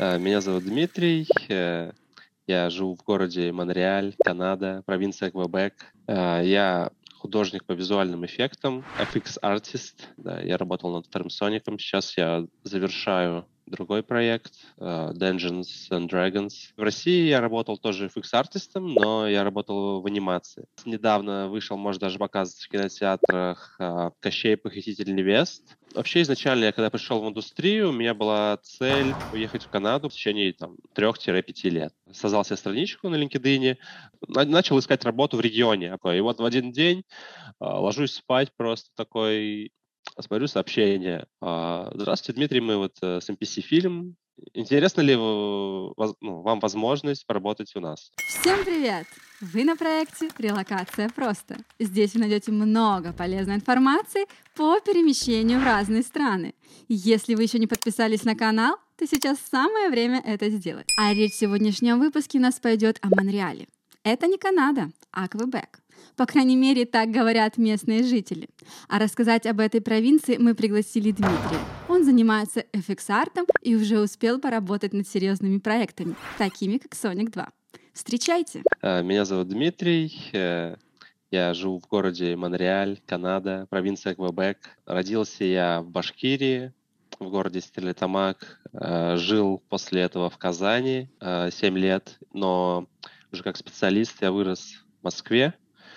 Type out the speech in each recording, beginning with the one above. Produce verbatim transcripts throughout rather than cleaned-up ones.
Э, Меня зовут Дмитрий. э, Я живу в городе Монреаль, Канада, провинция Квебек. Э, Я художник по визуальным эффектам, эф икс-артист. Да, я работал над Фрэмсоником. Сейчас я завершаю другой проект, э, Dungeons and Dragons. В России я работал тоже эф икс-артистом, но я работал в анимации. Недавно вышел, может, даже показывать в кинотеатрах, э, «Кощей, похититель невест». Вообще, изначально, я когда пришел в индустрию, у меня была цель уехать в Канаду в течение там, трех-пяти лет. Создал себе страничку на LinkedIn, на- начал искать работу в регионе. И вот в один день а, ложусь спать просто такой, смотрю сообщение. а, Здравствуйте, Дмитрий, мы вот э, с эм пи си фильм. Интересно ли э, воз- ну, вам возможность поработать у нас? Всем привет! Вы на проекте «Релокация просто». Здесь вы найдете много полезной информации по перемещению в разные страны. Если вы еще не подписались на канал, то сейчас самое время это сделать. А речь в сегодняшнем выпуске у нас пойдет о Монреале. Это не Канада, а Квебек. По крайней мере, так говорят местные жители. А рассказать об этой провинции мы пригласили Дмитрия. Он занимается эф икс-артом и уже успел поработать над серьезными проектами, такими как Соник два. Встречайте! Э, Меня зовут Дмитрий. э, Я живу в городе Монреаль, Канада, провинция Квебек. Родился я в Башкирии, в городе Стерлитамак. Э, Жил после этого в Казани э, семь лет, но уже как специалист я вырос в Москве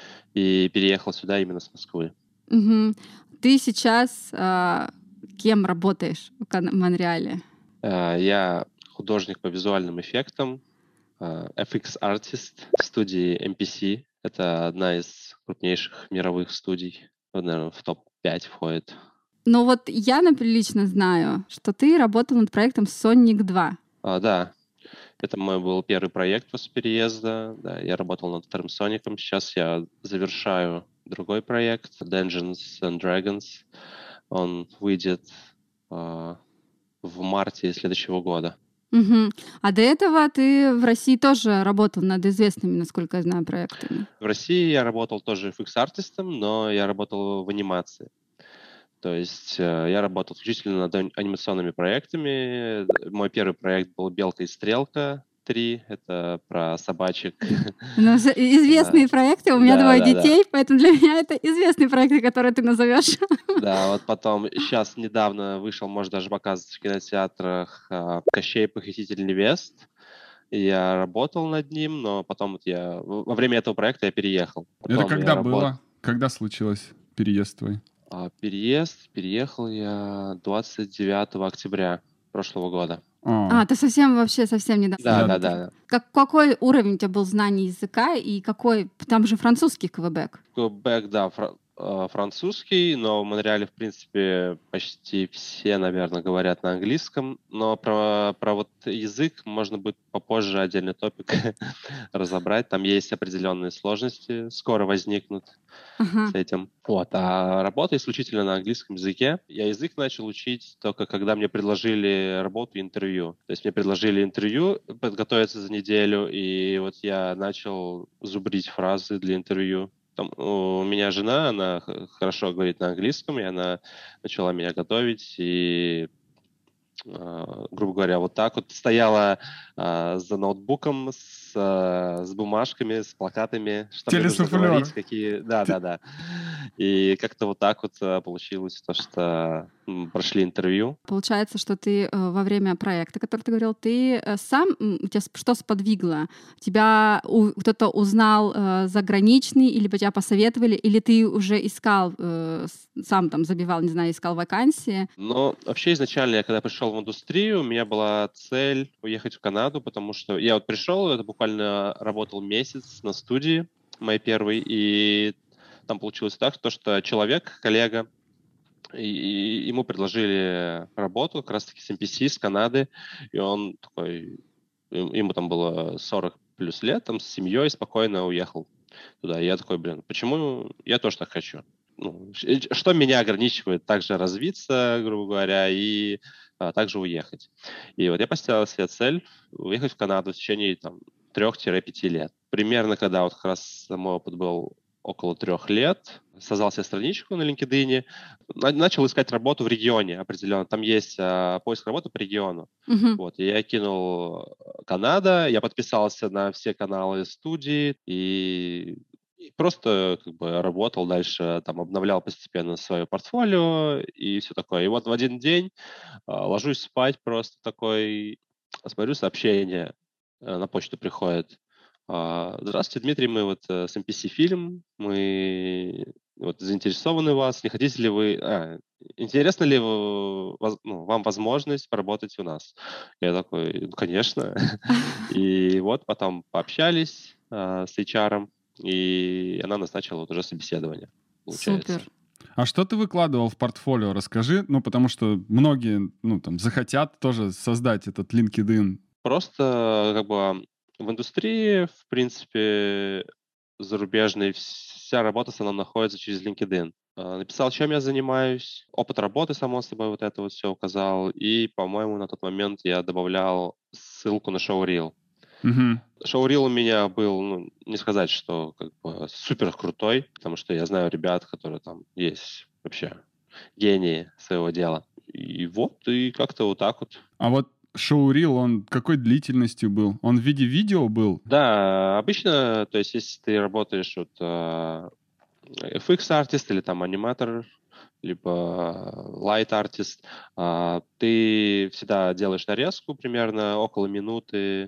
и переехал сюда именно с Москвы. Мгм. Ты сейчас а, кем работаешь в Кан- Монреале? Э, Я художник по визуальным эффектам, э, эф икс-артист в студии эм пи си. Это одна из крупнейших мировых студий, наверное, в топ пять входит. Ну вот я, например, лично знаю, что ты работал над проектом Соник два. А, да, это мой был первый проект после переезда. Да, я работал над Фрэмсоником. Сейчас я завершаю другой проект, Dungeons and Dragons. Он выйдет а, в марте следующего года. Мгм. А до этого ты в России тоже работал над известными, насколько я знаю, проектами. В России я работал тоже эф икс-артистом, но я работал в анимации. То есть э, я работал исключительно над ани- анимационными проектами. Мой первый проект был «Белка и стрелка три». Это про собачек. Ну, з- А, известные проекты. У меня Да, двое да, да. детей, поэтому для меня это известные проекты, которые ты назовешь. Да, вот потом сейчас недавно вышел, может, даже показывать в кинотеатрах, а, «Кощей, похититель невест». И я работал над ним, но потом вот я в- во время этого проекта я переехал. Это Потом я когда работал. было? Когда случилось переезд твой? Переезд, переехал я двадцать девятого октября прошлого года. А, А, ты совсем вообще совсем недавно. Да, Я- да, да. Как, какой уровень у тебя был знаний языка и какой... Там же французский Квебек. Квебек, да, фра- э, французский, но в Монреале, в принципе, почти все, наверное, говорят на английском. Но про, про вот язык можно будет попозже отдельный топик разобрать. Там есть определенные сложности, скоро возникнут Ага. с этим. Вот. А работа исключительно на английском языке. Я язык начал учить только когда мне предложили работу и интервью. То есть мне предложили интервью, подготовиться за неделю, и вот я начал зубрить фразы для интервью. Там, у меня жена, она х- хорошо говорит на английском, и она начала меня готовить, и а, грубо говоря, вот так вот стояла а, за ноутбуком с, а, с бумажками, с плакатами, что мне нужно Телесуфлер. говорить, какие... Да, да, да. И как-то вот так вот а, получилось то, что м, прошли интервью. Получается, что ты э, во время проекта, который ты говорил, ты э, сам, м, у тебя сп- что сподвигло? Тебя у- кто-то узнал э, заграничный, или тебя посоветовали, или ты уже искал, э, с- сам там забивал, не знаю, искал вакансии? Но вообще изначально, я когда пришел в индустрию, у меня была цель уехать в Канаду, потому что я вот пришел, это буквально работал месяц на студии моей первой, и там получилось так, то, что человек, коллега, и, и ему предложили работу как раз-таки с эм пи си, с Канады, и он такой, им- ему там было сорок плюс лет, там с семьей спокойно уехал туда. И я такой, блин, почему я тоже так хочу? Ну, ш- что меня ограничивает также развиться, грубо говоря, и а, также уехать. И вот я поставил себе цель уехать в Канаду в течение там трех-пяти лет. Примерно, когда вот как раз мой опыт был около трех лет. Создал себе страничку на LinkedIn, на- начал искать работу в регионе определенно. Там есть а, поиск работы по региону. Мгм. Вот, и я кинул Канада, я подписался на все каналы студии и, и просто как бы работал дальше, там обновлял постепенно свое портфолио и все такое. И вот в один день а, ложусь спать просто такой, смотрю сообщение, э, на почту приходит. А, Здравствуйте, Дмитрий, мы вот э, с эм пи си фильм, мы вот заинтересованы в вас, не хотите ли вы, а, интересно ли вы- воз- ну, вам возможность поработать у нас? Я такой, «Ну, конечно. И вот потом пообщались а, с эйч ар, и она назначила вот уже собеседование, Супер. получается. А что ты выкладывал в портфолио? Расскажи, ну, потому что многие, ну, там, захотят тоже создать этот LinkedIn. Просто как бы в индустрии, в принципе, зарубежной вся работа в основном находится через LinkedIn. А, Написал, чем я занимаюсь, опыт работы, само собой, вот это вот все указал. И, по-моему, на тот момент я добавлял ссылку на Showreel. Мгм. Showreel у меня был, ну, не сказать, что как бы супер крутой, потому что я знаю ребят, которые там есть вообще гении своего дела. И вот, и как-то вот так вот. А вот шоурил, он какой длительностью был? Он в виде видео был? Да, обычно, то есть, если ты работаешь вот а, эф икс-артист или там аниматор, либо лайт-артист, а, ты всегда делаешь нарезку примерно около минуты,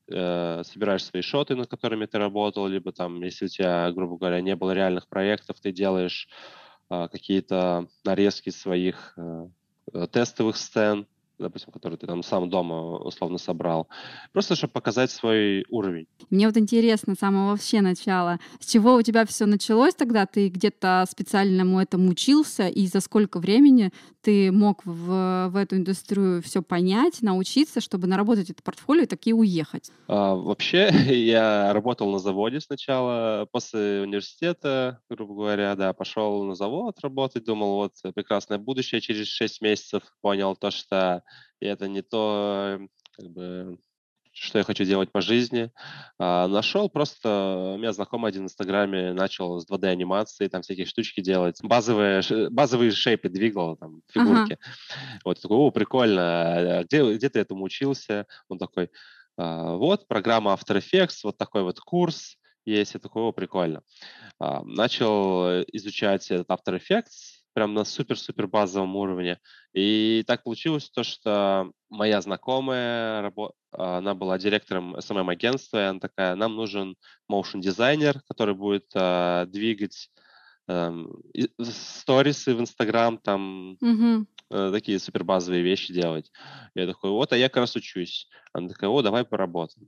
э, собираешь свои шоты, над которыми ты работал, либо там, если у тебя, грубо говоря, не было реальных проектов, ты делаешь а, какие-то нарезки своих э, э, тестовых сцен, допустим, которые ты там сам дома условно собрал, просто чтобы показать свой уровень. Мне вот интересно с самого вообще начала, с чего у тебя все началось тогда? Ты где-то специальному этому учился, и за сколько времени ты мог в, в эту индустрию все понять, научиться, чтобы наработать это портфолио и таки уехать? А, вообще, я работал на заводе сначала, после университета, грубо говоря, да, пошел на завод работать, думал, вот э, прекрасное будущее, через шесть месяцев понял то, что это не то, э, как бы, что я хочу делать по жизни. А, нашел просто, у меня знакомый один в Инстаграме начал с два дэ-анимации, там всякие штучки делать, базовые, ш- базовые шейпы двигал, там, Ага. фигурки. Вот, я такой, о, прикольно, а где, где ты этому учился? Он такой, «А, вот, программа After Effects, вот такой вот курс есть. Я такой, о, прикольно. А, Начал э, изучать этот After Effects прям на супер-супер базовом уровне. И так получилось то, что моя знакомая, рабо- а, она была директором эс эм эм-агентства, и она такая, нам нужен motion дизайнер, который будет а, двигать эм, и- сторисы в Инстаграм, там Мгм. э, такие супер базовые вещи делать. Я такой, вот, а я как раз учусь. Она такая, о, давай поработаем.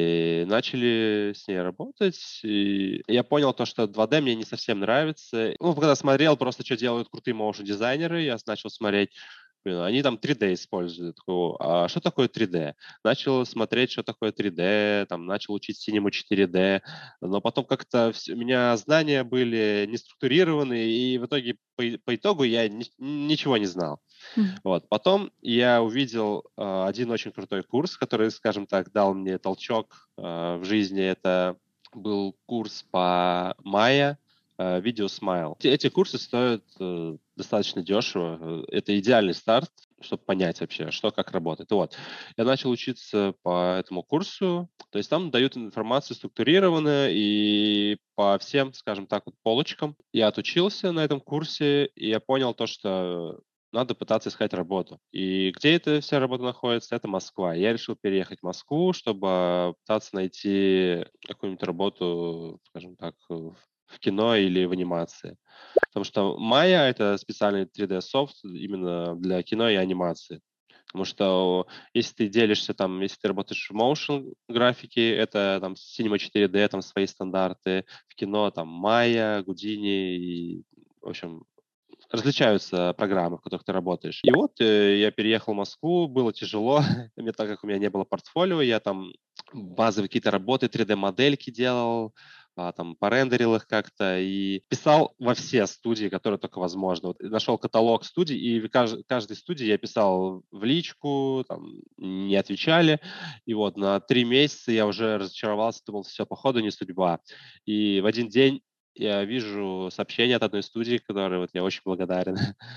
И начали с ней работать. И я понял то, что два дэ мне не совсем нравится. Ну, когда смотрел просто, что делают крутые моушн дизайнеры, я начал смотреть, блин, они там три дэ используют. Такой, «О, а что такое три дэ? Начал смотреть, что такое три дэ, там, начал учить Cinema четыре дэ, но потом как-то вс- у меня знания были не структурированы, и в итоге по, и- по итогу я ни- ничего не знал. М. Вот. Потом я увидел э, один очень крутой курс, который, скажем так, дал мне толчок э, в жизни. Это был курс по Maya, э, Video Smile. Эти, эти курсы стоят э, достаточно дешево. Э, Это идеальный старт, чтобы понять вообще, что как работает. Вот. Я начал учиться по этому курсу. То есть там дают информацию структурированно и по всем, скажем так, вот полочкам. Я отучился на этом курсе, и я понял то, что надо пытаться искать работу. И где эта вся работа находится? Это Москва. Я решил переехать в Москву, чтобы пытаться найти какую-нибудь работу, скажем так, в в кино или в анимации. Потому что Maya — это специальный три дэ-софт именно для кино и анимации. Потому что если ты делишься там, если ты работаешь в motion графике, это там Cinema четыре дэ, там свои стандарты, в кино там Maya, Houdini и, в общем, различаются программы, в которых ты работаешь. И вот э, я переехал в Москву, было тяжело, мне, так как у меня не было портфолио, я там базовые какие-то работы, три дэ-модельки делал, а, там порендерил их как-то и писал во все студии, которые только возможно. Вот, нашел каталог студий, и в кажд- каждой студии я писал в личку, там, не отвечали. И вот на три месяца я уже разочаровался, думал, все, походу не судьба. И в один день я вижу сообщение от одной студии, которой вот я очень благодарен.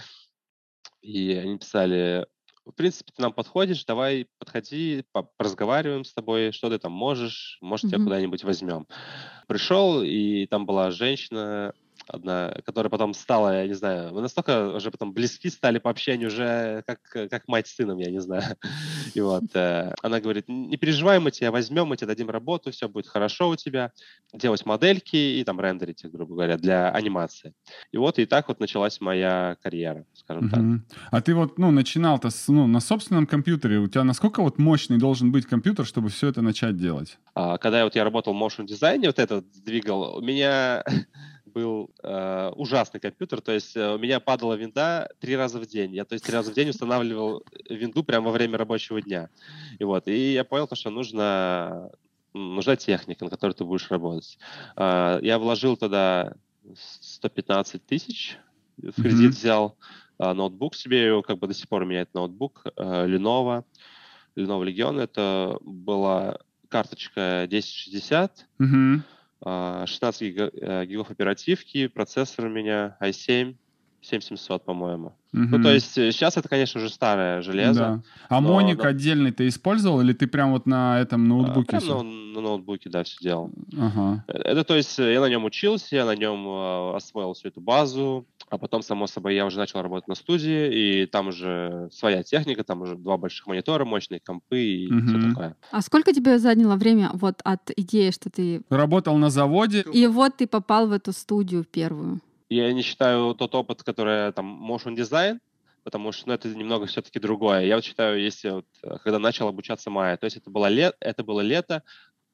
И они писали: в принципе, ты нам подходишь, давай подходи, по- поразговариваем с тобой, что ты там можешь, может, тебя Мгм. куда-нибудь возьмем. Пришел, и там была женщина одна, которая потом стала, я не знаю, мы настолько уже потом близки стали по общению, уже как, как мать с сыном, я не знаю. И вот э, она говорит: не переживай, мы тебя возьмем, мы тебе дадим работу, все будет хорошо у тебя, делать модельки и там рендерить их, грубо говоря, для анимации. И вот и так вот началась моя карьера, скажем так. Мгм. А ты вот, ну, начинал-то с, ну, на собственном компьютере. У тебя насколько вот мощный должен быть компьютер, чтобы все это начать делать? А, когда я вот я работал в motion дизайне, вот это вот двигал, у меня был э, ужасный компьютер, то есть э, у меня падала винда три раза в день. Я, то есть, три раза в день устанавливал винду прямо во время рабочего дня. И вот, и я понял, то, что нужно, м, нужна техника, на которой ты будешь работать. А, я вложил тогда сто пятнадцать тысяч, в кредит Мгм. взял а, ноутбук себе, и как бы до сих пор у меня это ноутбук э, Lenovo, Lenovo Legion. Это была карточка десять шестьдесят, Мгм. а, шестнадцать гига- э, гигов оперативки, процессор у меня ай семь, семь семьсот, по-моему. Ну, то Мгм. есть э, сейчас это, конечно, уже старое железо, Да. А но, моник но отдельный ты использовал или ты прям вот на этом а, ноутбуке прям все? на, на ноутбуке, да, все делал. Ага. Э, Это, то есть, э, я на нем учился, я на нем э, освоил всю эту базу, а потом, само собой, я уже начал работать на студии, и там уже своя техника, там уже два больших монитора, мощные компы и все Мгм. такое. А сколько тебе заняло время вот от идеи, что ты... Работал на заводе. И вот ты попал в эту студию первую. Я не считаю тот опыт, который там motion design, потому что ну, это немного все-таки другое. Я вот считаю, если вот, э, когда начал обучаться Майя, то есть это было, лет, это было лето,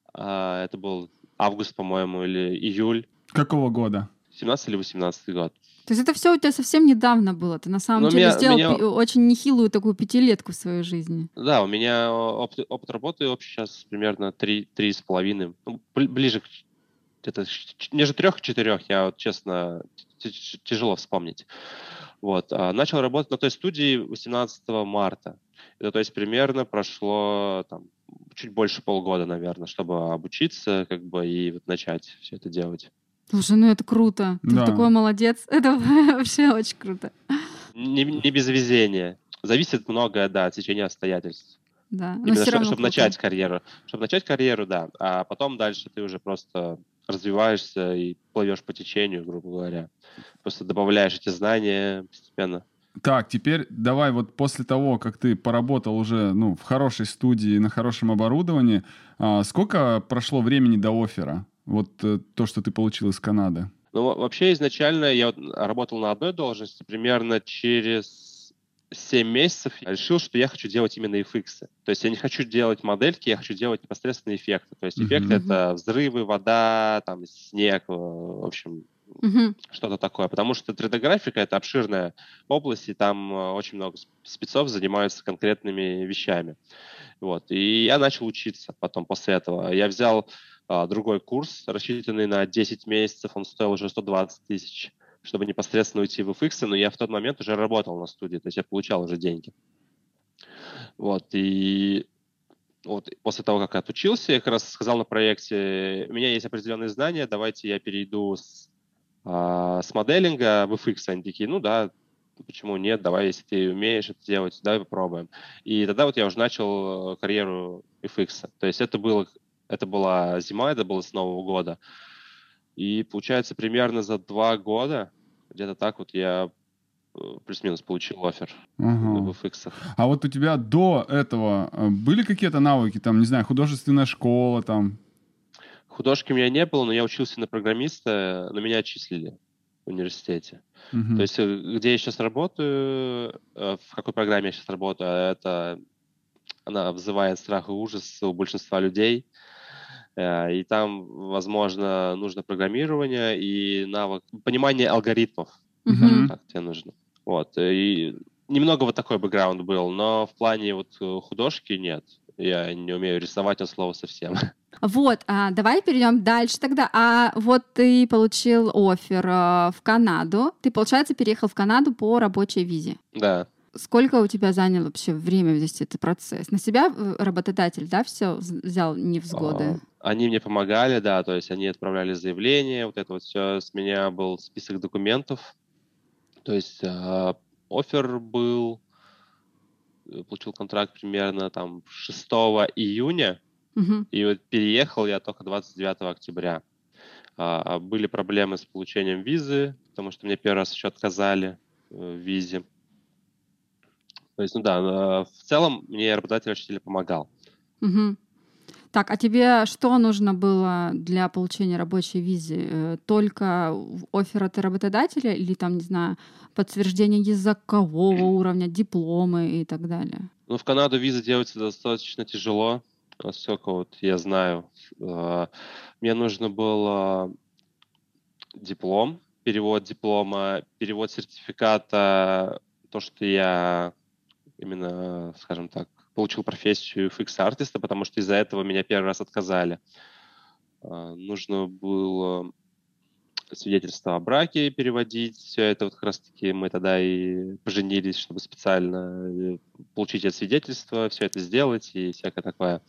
а, это был август, по-моему, или июль, Какого года? семнадцатый или восемнадцатый год. То есть это все у тебя совсем недавно было. Ты на самом Но деле меня, сделал меня, пи- очень нехилую такую пятилетку в своей жизни. да, у меня опыт, опыт работы общий сейчас примерно три, три с половиной, ну, бли- ближе к ч- где-то ч- ч- между трех и четырех, я вот честно, т- т- тяжело вспомнить. Вот. А начал работать на той студии восемнадцатого марта. Это, то есть, примерно прошло там, чуть больше полгода, наверное, чтобы обучиться как бы и вот начать все это делать. Слушай, ну это круто. Ты Да. такой молодец. Это вообще очень круто. Не, не без везения. Зависит многое, да, от течения обстоятельств. Да, но Именно все что- равно чтобы круто. начать карьеру. Чтобы начать карьеру, да. А потом дальше ты уже просто развиваешься и плывешь по течению, грубо говоря. Просто добавляешь эти знания постепенно. Так, теперь давай вот после того, как ты поработал уже, ну, в хорошей студии, на хорошем оборудовании, а, сколько прошло времени до оффера? Вот э, то, что ты получил из Канады. Ну, во- вообще изначально я вот работал на одной должности, примерно через семь месяцев я решил, что я хочу делать именно эф икс. То есть я не хочу делать модельки, я хочу делать непосредственно эффекты. То есть эффекты — Мгм. Мгм. это взрывы, вода, там, снег, э, в общем, Мгм. что-то такое. Потому что три дэ-графика — это обширная область, и там э, очень много сп- спецов занимаются конкретными вещами. Вот. И я начал учиться потом после этого. Я взял а, другой курс, рассчитанный на десять месяцев, он стоил уже сто двадцать тысяч, чтобы непосредственно уйти в эф икс, но я в тот момент уже работал на студии, то есть я получал уже деньги. Вот. И вот после того, как я отучился, я как раз сказал на проекте: у меня есть определенные знания, давайте я перейду с, а, с моделинга в эф икс. Они такие: ну да, почему нет, давай, если ты умеешь это делать, давай попробуем. И тогда вот я уже начал э, карьеру эф икс. То есть это было, это была зима, это было с Нового года. И получается, примерно за два года, где-то так вот я э, плюс-минус получил оффер в Ага. эф икс. А вот у тебя до этого э, были какие-то навыки, там, не знаю, художественная школа, там? Художки у меня не было, но я учился на программиста, но меня отчислили в университете. То Мгм. есть э, где я сейчас работаю, э, в какой программе я сейчас работаю, это она вызывает страх и ужас у большинства людей. Э, И там, возможно, нужно программирование и навык, понимание алгоритмов, скажем Мгм. Мгм. так, тебе нужно. Вот. И немного вот такой бэкграунд был, но в плане вот э, художки нет. Я не умею рисовать от слова совсем. Вот, а, давай перейдем дальше тогда. А вот ты получил оффер а, в Канаду. Ты, получается, переехал в Канаду по рабочей визе. Да. сколько у тебя занял вообще время весь этот процесс? На себя работодатель, да, все взял невзгоды? Они мне помогали, да, то есть они отправляли заявление, вот это вот все. С меня был список документов. То есть оффер был, получил контракт примерно там шестого июня, Угу. и вот переехал я только двадцать девятого октября. А, были проблемы с получением визы, потому что мне первый раз еще отказали в визе. То есть, ну да, в целом мне работодатель очень сильно помогал. Угу. Так, а тебе что нужно было для получения рабочей визы? Только оффер от работодателя или там, не знаю, подтверждение языкового уровня, дипломы и так далее? Ну, в Канаду виза делается достаточно тяжело, насколько вот я знаю. Мне нужно было диплом, перевод диплома, перевод сертификата, то, что я именно, скажем так, получил профессию эф икс-артиста, потому что из-за этого меня первый раз отказали. Нужно было свидетельство о браке переводить. Все это вот как раз-таки мы тогда и поженились, чтобы специально получить это свидетельство, все это сделать и всякое такое.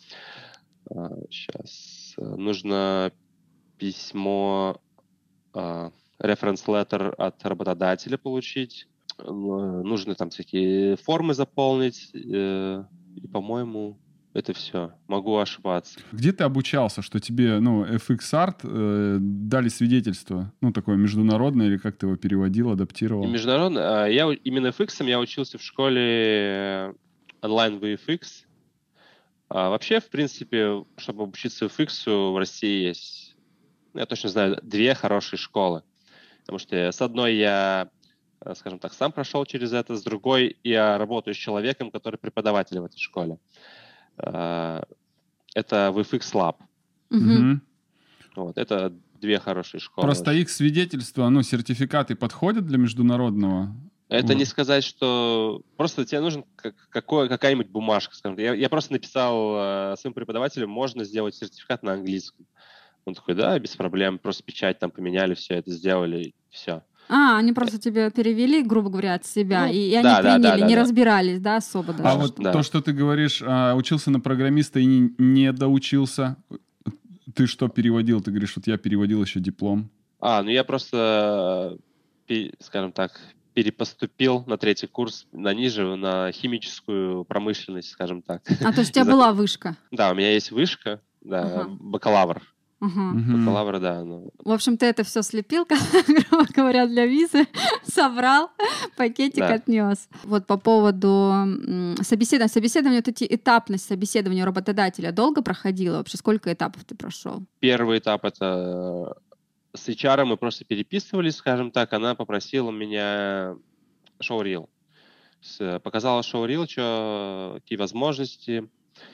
Сейчас нужно письмо, reference letter от работодателя получить. Нужно там всякие формы заполнить. И, по-моему, это все. Могу ошибаться. Где ты обучался, что тебе, ну, эф икс-арт э, дали свидетельство? Ну, такое международное, или как ты его переводил, адаптировал? Международное. Я именно эф икс я учился в школе онлайн ви эф икс. А вообще, в принципе, чтобы обучиться эф икс в России есть, я точно знаю, две хорошие школы. Потому что с одной я, скажем так, сам прошел через это, с другой я работаю с человеком, который преподаватель в этой школе. Это ви эф икс Lab. Угу. Вот, это две хорошие школы. Просто их свидетельства, ну, сертификаты подходят для международного? Это не сказать, что... Просто тебе нужен какой, какая-нибудь бумажка. Скажем. Я, я просто написал э, своему преподавателю, можно сделать сертификат на английском. Он такой, да, без проблем, просто печать там поменяли, все это сделали, и все. А, они просто тебя перевели, грубо говоря, от себя, ну, и, и да, они да, приняли, да, да, не да. разбирались, да, особо даже. А вот да. то, что ты говоришь, а, учился на программиста и не, не доучился, ты что переводил? Ты говоришь, вот я переводил еще диплом. А, ну я просто, скажем так, перепоступил на третий курс, на ниже, на химическую промышленность, скажем так. А, то есть у тебя была вышка? Да, у меня есть вышка, да, Ага. бакалавр. Угу. Бакалавр, да. Но... В общем, ты это все слепил, грубо говоря, для визы, собрал, пакетик Да. отнес. Вот по поводу м, собеседования. Собеседование, вот эти этапность собеседования у работодателя долго проходила вообще? Сколько этапов ты прошел? Первый этап — это с эйч ар мы просто переписывались, скажем так. Она попросила меня шоурил. Показала шоурил, что, какие возможности.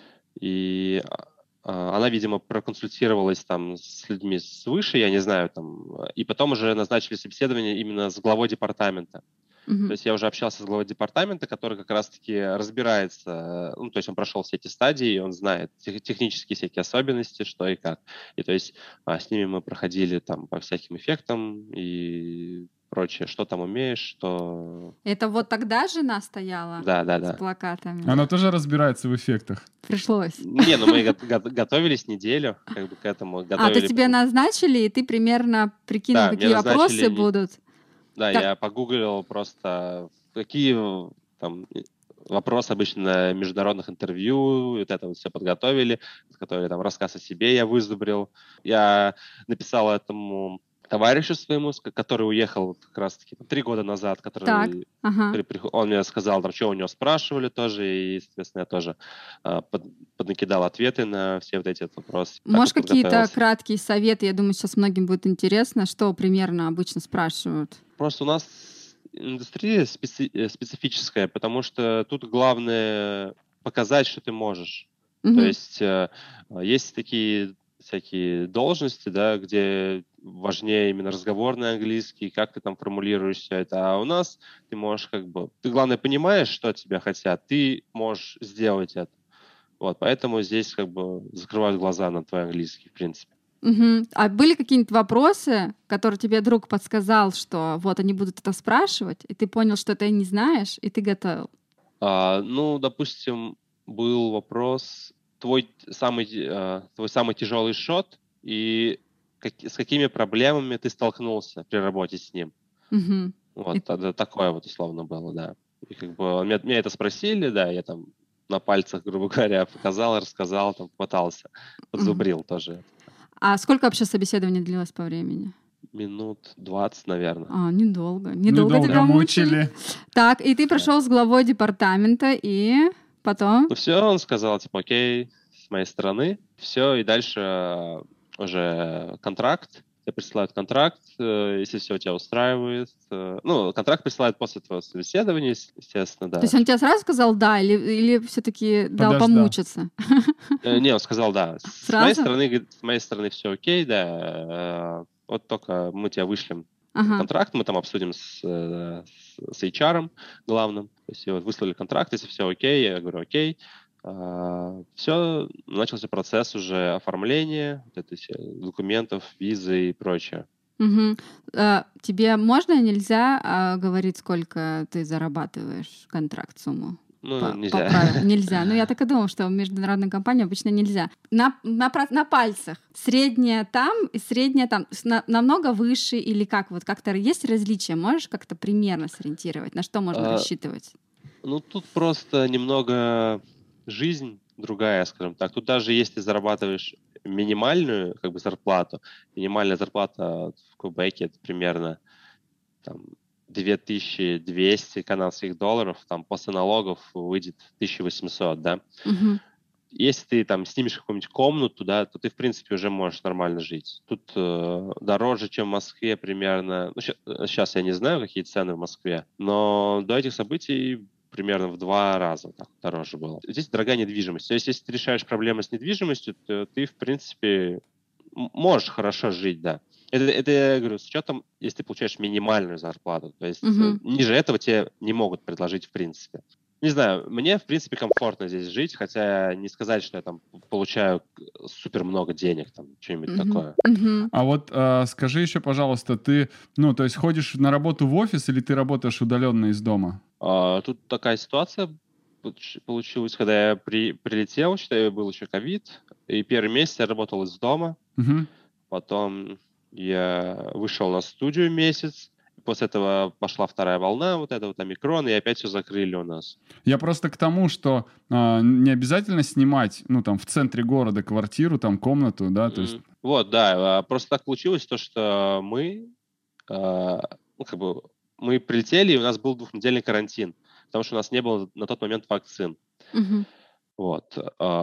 И она, видимо, проконсультировалась там с людьми свыше, я не знаю, там, и потом уже назначили собеседование именно с главой департамента. Мгм. То есть я уже общался с главой департамента, который как раз-таки разбирается, ну, то есть он прошел все эти стадии, он знает тех- технические всякие особенности, что и как. И то есть а, с ними мы проходили там по всяким эффектам и прочее, что там умеешь, что... Это вот тогда жена стояла Да, да, с да. плакатами? Она тоже разбирается в эффектах. Пришлось. Не, ну мы го- го- готовились неделю как бы к этому. А, Готовили... то есть тебе назначили, и ты примерно прикинул, Да, мне какие назначили вопросы не- будут? Да, Так. я погуглил просто, какие там вопросы обычно на международных интервью, вот это вот все подготовили, подготовили там рассказ о себе, я вызубрил. Я написал этому товарищу своему, с- который уехал вот как раз-таки три года назад, который Так, ага. при- при- он мне сказал, там, что у него спрашивали тоже, и, соответственно, я тоже а, под- поднакидал ответы на все вот эти вот вопросы. Так Можешь вот какие-то подготовился. краткие советы? Я думаю, сейчас многим будет интересно, что примерно обычно спрашивают. Просто у нас индустрия специ- э, специфическая, потому что тут главное показать, что ты можешь. Мгм. То есть э, есть такие всякие должности, да, где важнее именно разговорный английский, как ты там формулируешь все это. А у нас ты можешь как бы... Ты, главное, понимаешь, что от тебя хотят, ты можешь сделать это. Вот, поэтому здесь как бы закрывают глаза на твой английский, в принципе. Мгм. А были какие-нибудь вопросы, которые тебе друг подсказал, что вот они будут это спрашивать, и ты понял, что ты не знаешь, и ты готовил? А, ну, допустим, был вопрос, твой самый, э, твой самый тяжелый шот и как- с какими проблемами ты столкнулся при работе с ним. Мгм. Вот, И- тогда такое вот условно было, да. И как бы меня, меня это спросили, да, я там на пальцах, грубо говоря, показал, рассказал, там пытался, Мгм. подзубрил тоже. А сколько вообще собеседование длилось по времени? Минут двадцать, наверное. А, недолго. Недолго Недолго тебя мучили. мучили. Так, и ты пришел с главой департамента, и потом... Ну все, он сказал, типа, окей, с моей стороны, все, и дальше э, уже контракт, тебе присылают контракт, э, если все тебя устраивает. э, Ну, контракт присылают после твоего собеседования, ес- естественно, То да. есть он тебе сразу сказал «да» или, или все-таки дал Подожда. помучиться? Э, Не, он сказал, да, с Сразу? моей стороны, говорит, с моей стороны все окей, да, э, вот только мы тебя вышлем Ага. контракт, мы там обсудим с, э, с, с эйч ар главным. То есть вот выслали контракт, если все окей, я говорю окей. Все, начался процесс уже оформления вот этих всех документов, визы и прочее. Мгм. А, тебе можно и нельзя а, говорить, сколько ты зарабатываешь контракт, сумму? Ну, По, по нельзя. правилам. Нельзя. Ну, я так и думала, что в международной компании обычно нельзя. На, на, про- на пальцах. Средняя там и средняя там. С- на- намного выше или как? Вот как-то есть различия? Можешь как-то примерно сориентировать? На что можно А, рассчитывать? Ну, тут просто немного жизнь другая, скажем так. Тут даже если зарабатываешь минимальную как бы зарплату, минимальная зарплата в Квебеке это примерно там две тысячи двести канадских долларов, там после налогов выйдет тысяча восемьсот, да. Мгм. Если ты там снимешь какую-нибудь комнату, да, то ты, в принципе, уже можешь нормально жить. Тут э, дороже, чем в Москве примерно. Ну, сейчас я не знаю, какие цены в Москве, но до этих событий примерно в два раза так дороже было. Здесь дорогая недвижимость. То есть, если ты решаешь проблемы с недвижимостью, то ты, в принципе, м- можешь хорошо жить, да. Это, это я говорю, с учетом, если ты получаешь минимальную зарплату. То есть, э, Мгм. ниже этого тебе не могут предложить в принципе. Не знаю, мне, в принципе, комфортно здесь жить, хотя не сказать, что я там получаю супер много денег, там, что-нибудь Мгм. такое. Мгм. А вот а, скажи еще, пожалуйста, ты, ну, то есть ходишь на работу в офис или ты работаешь удаленно из дома? А, тут такая ситуация получ- получилась, когда я при, прилетел, считаю, был еще ковид, и первый месяц я работал из дома, Мгм. потом я вышел на студию месяц, после этого пошла вторая волна, вот это вот омикрон, и опять все закрыли у нас. Я просто к тому, что а, не обязательно снимать, ну, там, в центре города квартиру, там, комнату, да, то есть... М, Вот, да, а, просто так получилось, то, что мы, а, ну, как бы, мы прилетели, и у нас был двухнедельный карантин, потому что у нас не было на тот момент вакцин. Мгм. Вот.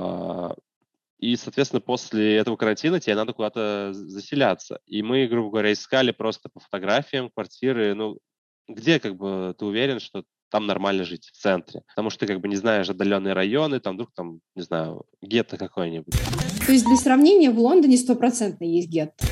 а, И, соответственно, после этого карантина тебе надо куда-то з- заселяться. И мы, грубо говоря, искали просто по фотографиям квартиры, ну, где как бы ты уверен, что там нормально жить, в центре. Потому что ты как бы не знаешь отдаленные районы, там вдруг там, не знаю, гетто какое-нибудь. То есть для сравнения в Лондоне стопроцентно есть гетто.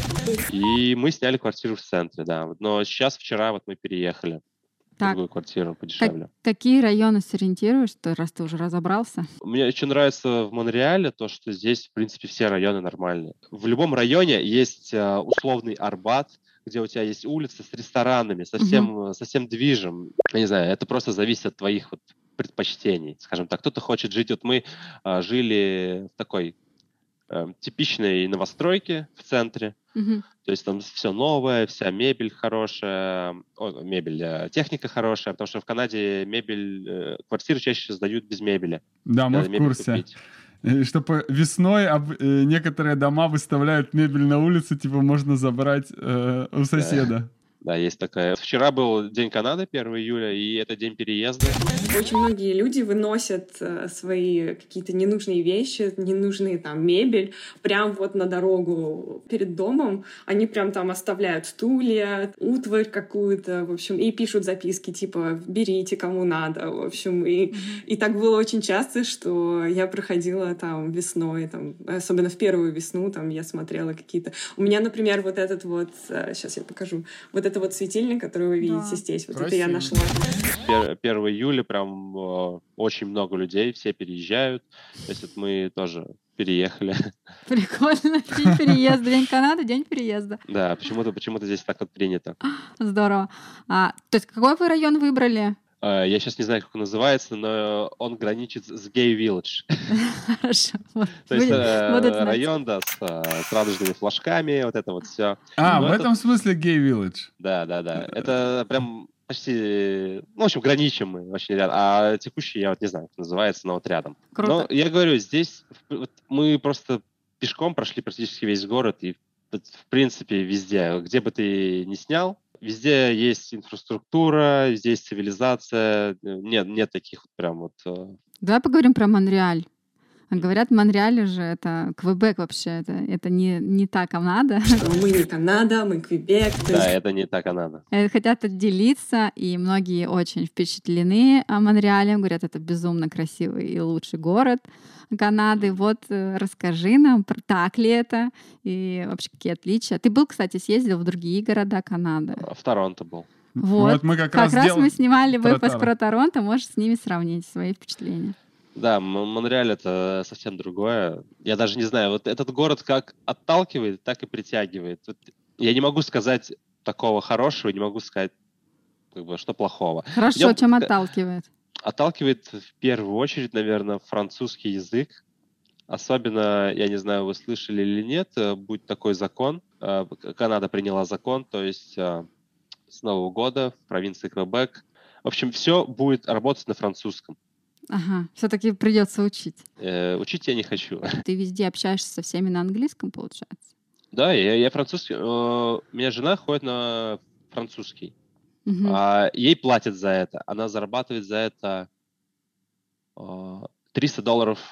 И мы сняли квартиру в центре, да. Вот. Но сейчас, вчера вот мы переехали в Так, другую квартиру как- подешевле. какие районы сориентируешь, то, раз ты уже разобрался? Мне очень нравится в Монреале то, что здесь, в принципе, все районы нормальные. В любом районе есть э, условный Арбат, где у тебя есть улица с ресторанами, со всем, э, со всем движем. Я не знаю, это просто зависит от твоих вот предпочтений, скажем так. Кто-то хочет жить... Вот мы э, жили в такой э, типичной новостройке в центре. Мгм. То есть там все новое, вся мебель хорошая, о, мебель, э, техника хорошая, потому что в Канаде мебель, э, квартиры чаще сдают без мебели. Да, мы Надо в мебель курсе. купить. Чтобы весной об- э, некоторые дома выставляют мебель на улице, типа можно забрать э, у соседа. Да, есть такая. Вчера был День Канады, первого июля, и это день переезда. Очень многие люди выносят э, свои какие-то ненужные вещи, ненужные там мебель, прям вот на дорогу перед домом. Они прям там оставляют стулья, утварь какую-то, в общем, и пишут записки типа «берите, кому надо», в общем. И, и так было очень часто, что я проходила там весной, там, особенно в первую весну, там я смотрела какие-то... У меня, например, вот этот вот, сейчас я покажу, вот это вот светильник, который вы видите Да. здесь, вот это Красиво. я нашла. Пер- первого июля прям э, очень много людей, все переезжают. То есть вот мы тоже переехали. Прикольно. День переезда. День Канады, день переезда. Да, почему-то почему-то здесь так вот принято. Здорово. А, то есть какой вы район выбрали? Э, Я сейчас не знаю, как он называется, но он граничит с Gay Village. Хорошо. Вот. То есть Будем- буду э, знать. район, да, с э, с радужными флажками, вот это вот все. А, Ну, в это- этом смысле Gay Village. Да, да, да. Это прям почти, ну, в общем, граничим мы очень рядом. А текущий я вот не знаю, как называется, но вот рядом. Круто. Но я говорю, здесь в- вот мы просто пешком прошли практически весь город, и вот, в принципе везде, где бы ты ни снял, везде есть инфраструктура, везде есть цивилизация. Нет, нет таких вот прям вот... э, Давай поговорим про Монреаль. Говорят, в Монреале же это Квебек вообще, это, это не, не та Канада. Что мы не Канада, мы Квебек. То Да, есть это не так, а надо. Э, Хотят отделиться, и многие очень впечатлены о Монреале. Говорят, это безумно красивый и лучший город Канады. Вот э, расскажи нам, про- так ли это, и вообще какие отличия. Ты был, кстати, съездил в другие города Канады. В Торонто был. Вот, мы как, Как раз, раз дел- мы снимали про выпуск Торонто. про Торонто, можешь с ними сравнить свои впечатления. Да, М- Монреаль — это совсем другое. Я даже не знаю, вот этот город как отталкивает, так и притягивает. Вот я не могу сказать такого хорошего, не могу сказать, как бы, что плохого. Хорошо, Я- чем отталкивает? Отталкивает в первую очередь, наверное, французский язык. Особенно, я не знаю, вы слышали или нет, э, будет такой закон. э, Канада приняла закон, то есть э, с Нового года в провинции Квебек. В общем, все будет работать на французском. Ага, все-таки придется учить. Э, Учить я не хочу. Ты везде общаешься со всеми на английском, получается? Да, я, я французский. э, У меня жена ходит на французский. Мгм. А ей платят за это. Она зарабатывает за это э, триста долларов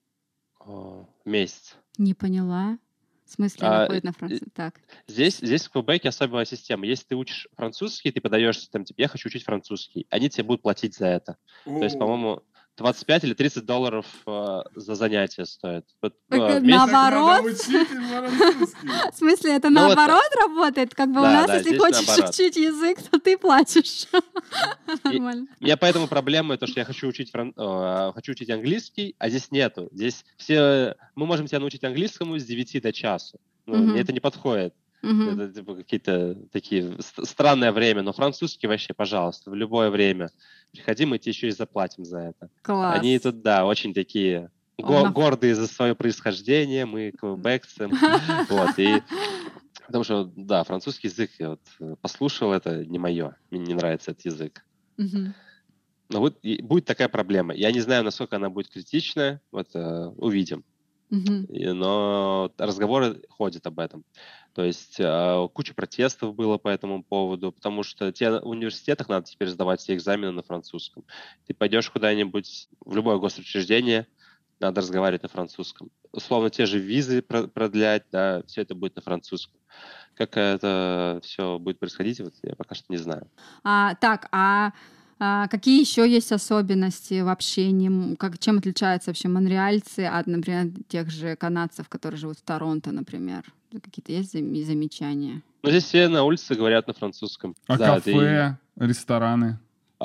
э, в месяц. Не поняла. В смысле, она А, ходит на э, Францию? Так. Здесь, здесь в Квебеке особая система. Если ты учишь французский, ты подаешься там, типа, я хочу учить французский. Они тебе будут платить за это. То есть, по-моему, двадцать пять или тридцать долларов э, за занятие стоит. Вот, э, Так, в месяц- наоборот? учить французский. В смысле, это Ну, вот наоборот работает? Как бы у Да, нас, да, если здесь хочешь наоборот. учить язык, то ты платишь. Нормально. У меня поэтому проблема, то, что я хочу учить, фран... э, хочу учить английский, а здесь нету. Здесь все... Мы можем тебя научить английскому с девяти до часу. Ну, Мгм. мне это не подходит. Мгм. Это типа, какие-то такие ст- странное время. Но французский вообще, пожалуйста, в любое время. Приходи, мы тебе еще и заплатим за это. Класс. Они тут, да, очень такие Он го- на- гордые за свое происхождение. Мы квебекцы. Вот, и... Потому что, да, французский язык, я вот э, послушал, это не мое. Мне не нравится этот язык. Мгм. Но вот и будет такая проблема. Я не знаю, насколько она будет критичная. Вот э, увидим. Мгм. И- Но разговоры ходят об этом. То есть э, куча протестов было по этому поводу, потому что тебе в университетах надо теперь сдавать все экзамены на французском. Ты пойдешь куда-нибудь в любое госучреждение, надо разговаривать на французском. Условно, те же визы про- продлять, да, все это будет на французском. Как это все будет происходить, вот я пока что не знаю. А, так, а, а какие еще есть особенности в общении? М, Как, чем отличаются вообще монреальцы от, например, тех же канадцев, которые живут в Торонто, например? Какие-то есть зам- замечания? Но здесь все на улице говорят на французском. А Да, ты- кафе, рестораны?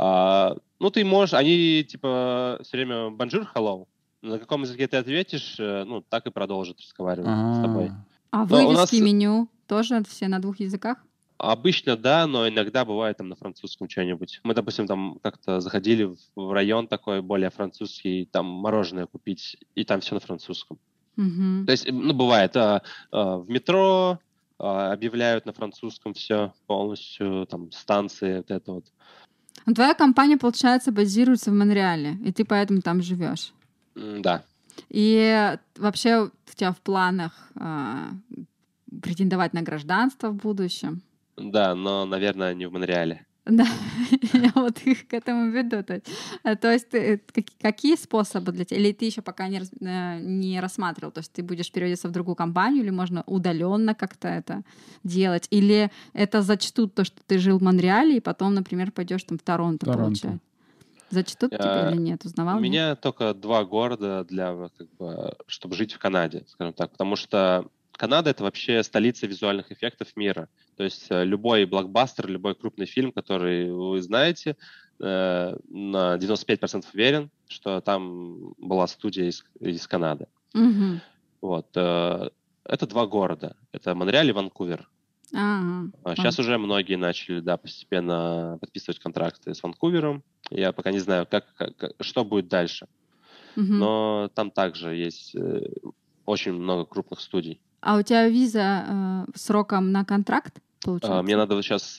А, ну, ты можешь, они типа все время бонжур, hello. На каком языке ты ответишь, э, ну, так и продолжат разговаривать с тобой. А Но у вывески, нас- меню тоже все на двух языках? Обычно да, но иногда бывает там на французском что-нибудь. Мы, допустим, там как-то заходили в- в район такой более французский, там мороженое купить, и там все на французском. Мгм. То есть, ну, бывает, а, а, в метро а, объявляют на французском все полностью, там, станции, вот это вот. Ну, твоя компания, получается, базируется в Монреале, и ты поэтому там живешь. М, Да. И вообще у тебя в планах а, претендовать на гражданство в будущем? Да, но, наверное, не в Монреале. Да, я вот их к этому веду. То есть, э, то есть ты, э, как- какие способы для тебя? Или ты еще пока не, рас- э, не рассматривал? То есть ты будешь переводиться в другую компанию, или можно удаленно как-то это делать? Или это зачтут то, что ты жил в Монреале, и потом, например, пойдешь там в Торонто, Торонто. получать? Зачтут тебе А, или нет? Узнавал? У нет? меня только два города для, вот, как бы, чтобы жить в Канаде, скажем так, потому что Канада — это вообще столица визуальных эффектов мира. То есть э, любой блокбастер, любой крупный фильм, который вы знаете, э, на девяносто пять процентов уверен, что там была студия из, из Канады. Мгм. Вот. э, Это два города. Это Монреаль и Ванкувер. Ага. А Сейчас уже многие начали, да, постепенно подписывать контракты с Ванкувером. Я пока не знаю, как, как, что будет дальше. Мгм. Но там также есть э, очень много крупных студий. А у тебя виза э, сроком на контракт, А, получается? Мне надо вот сейчас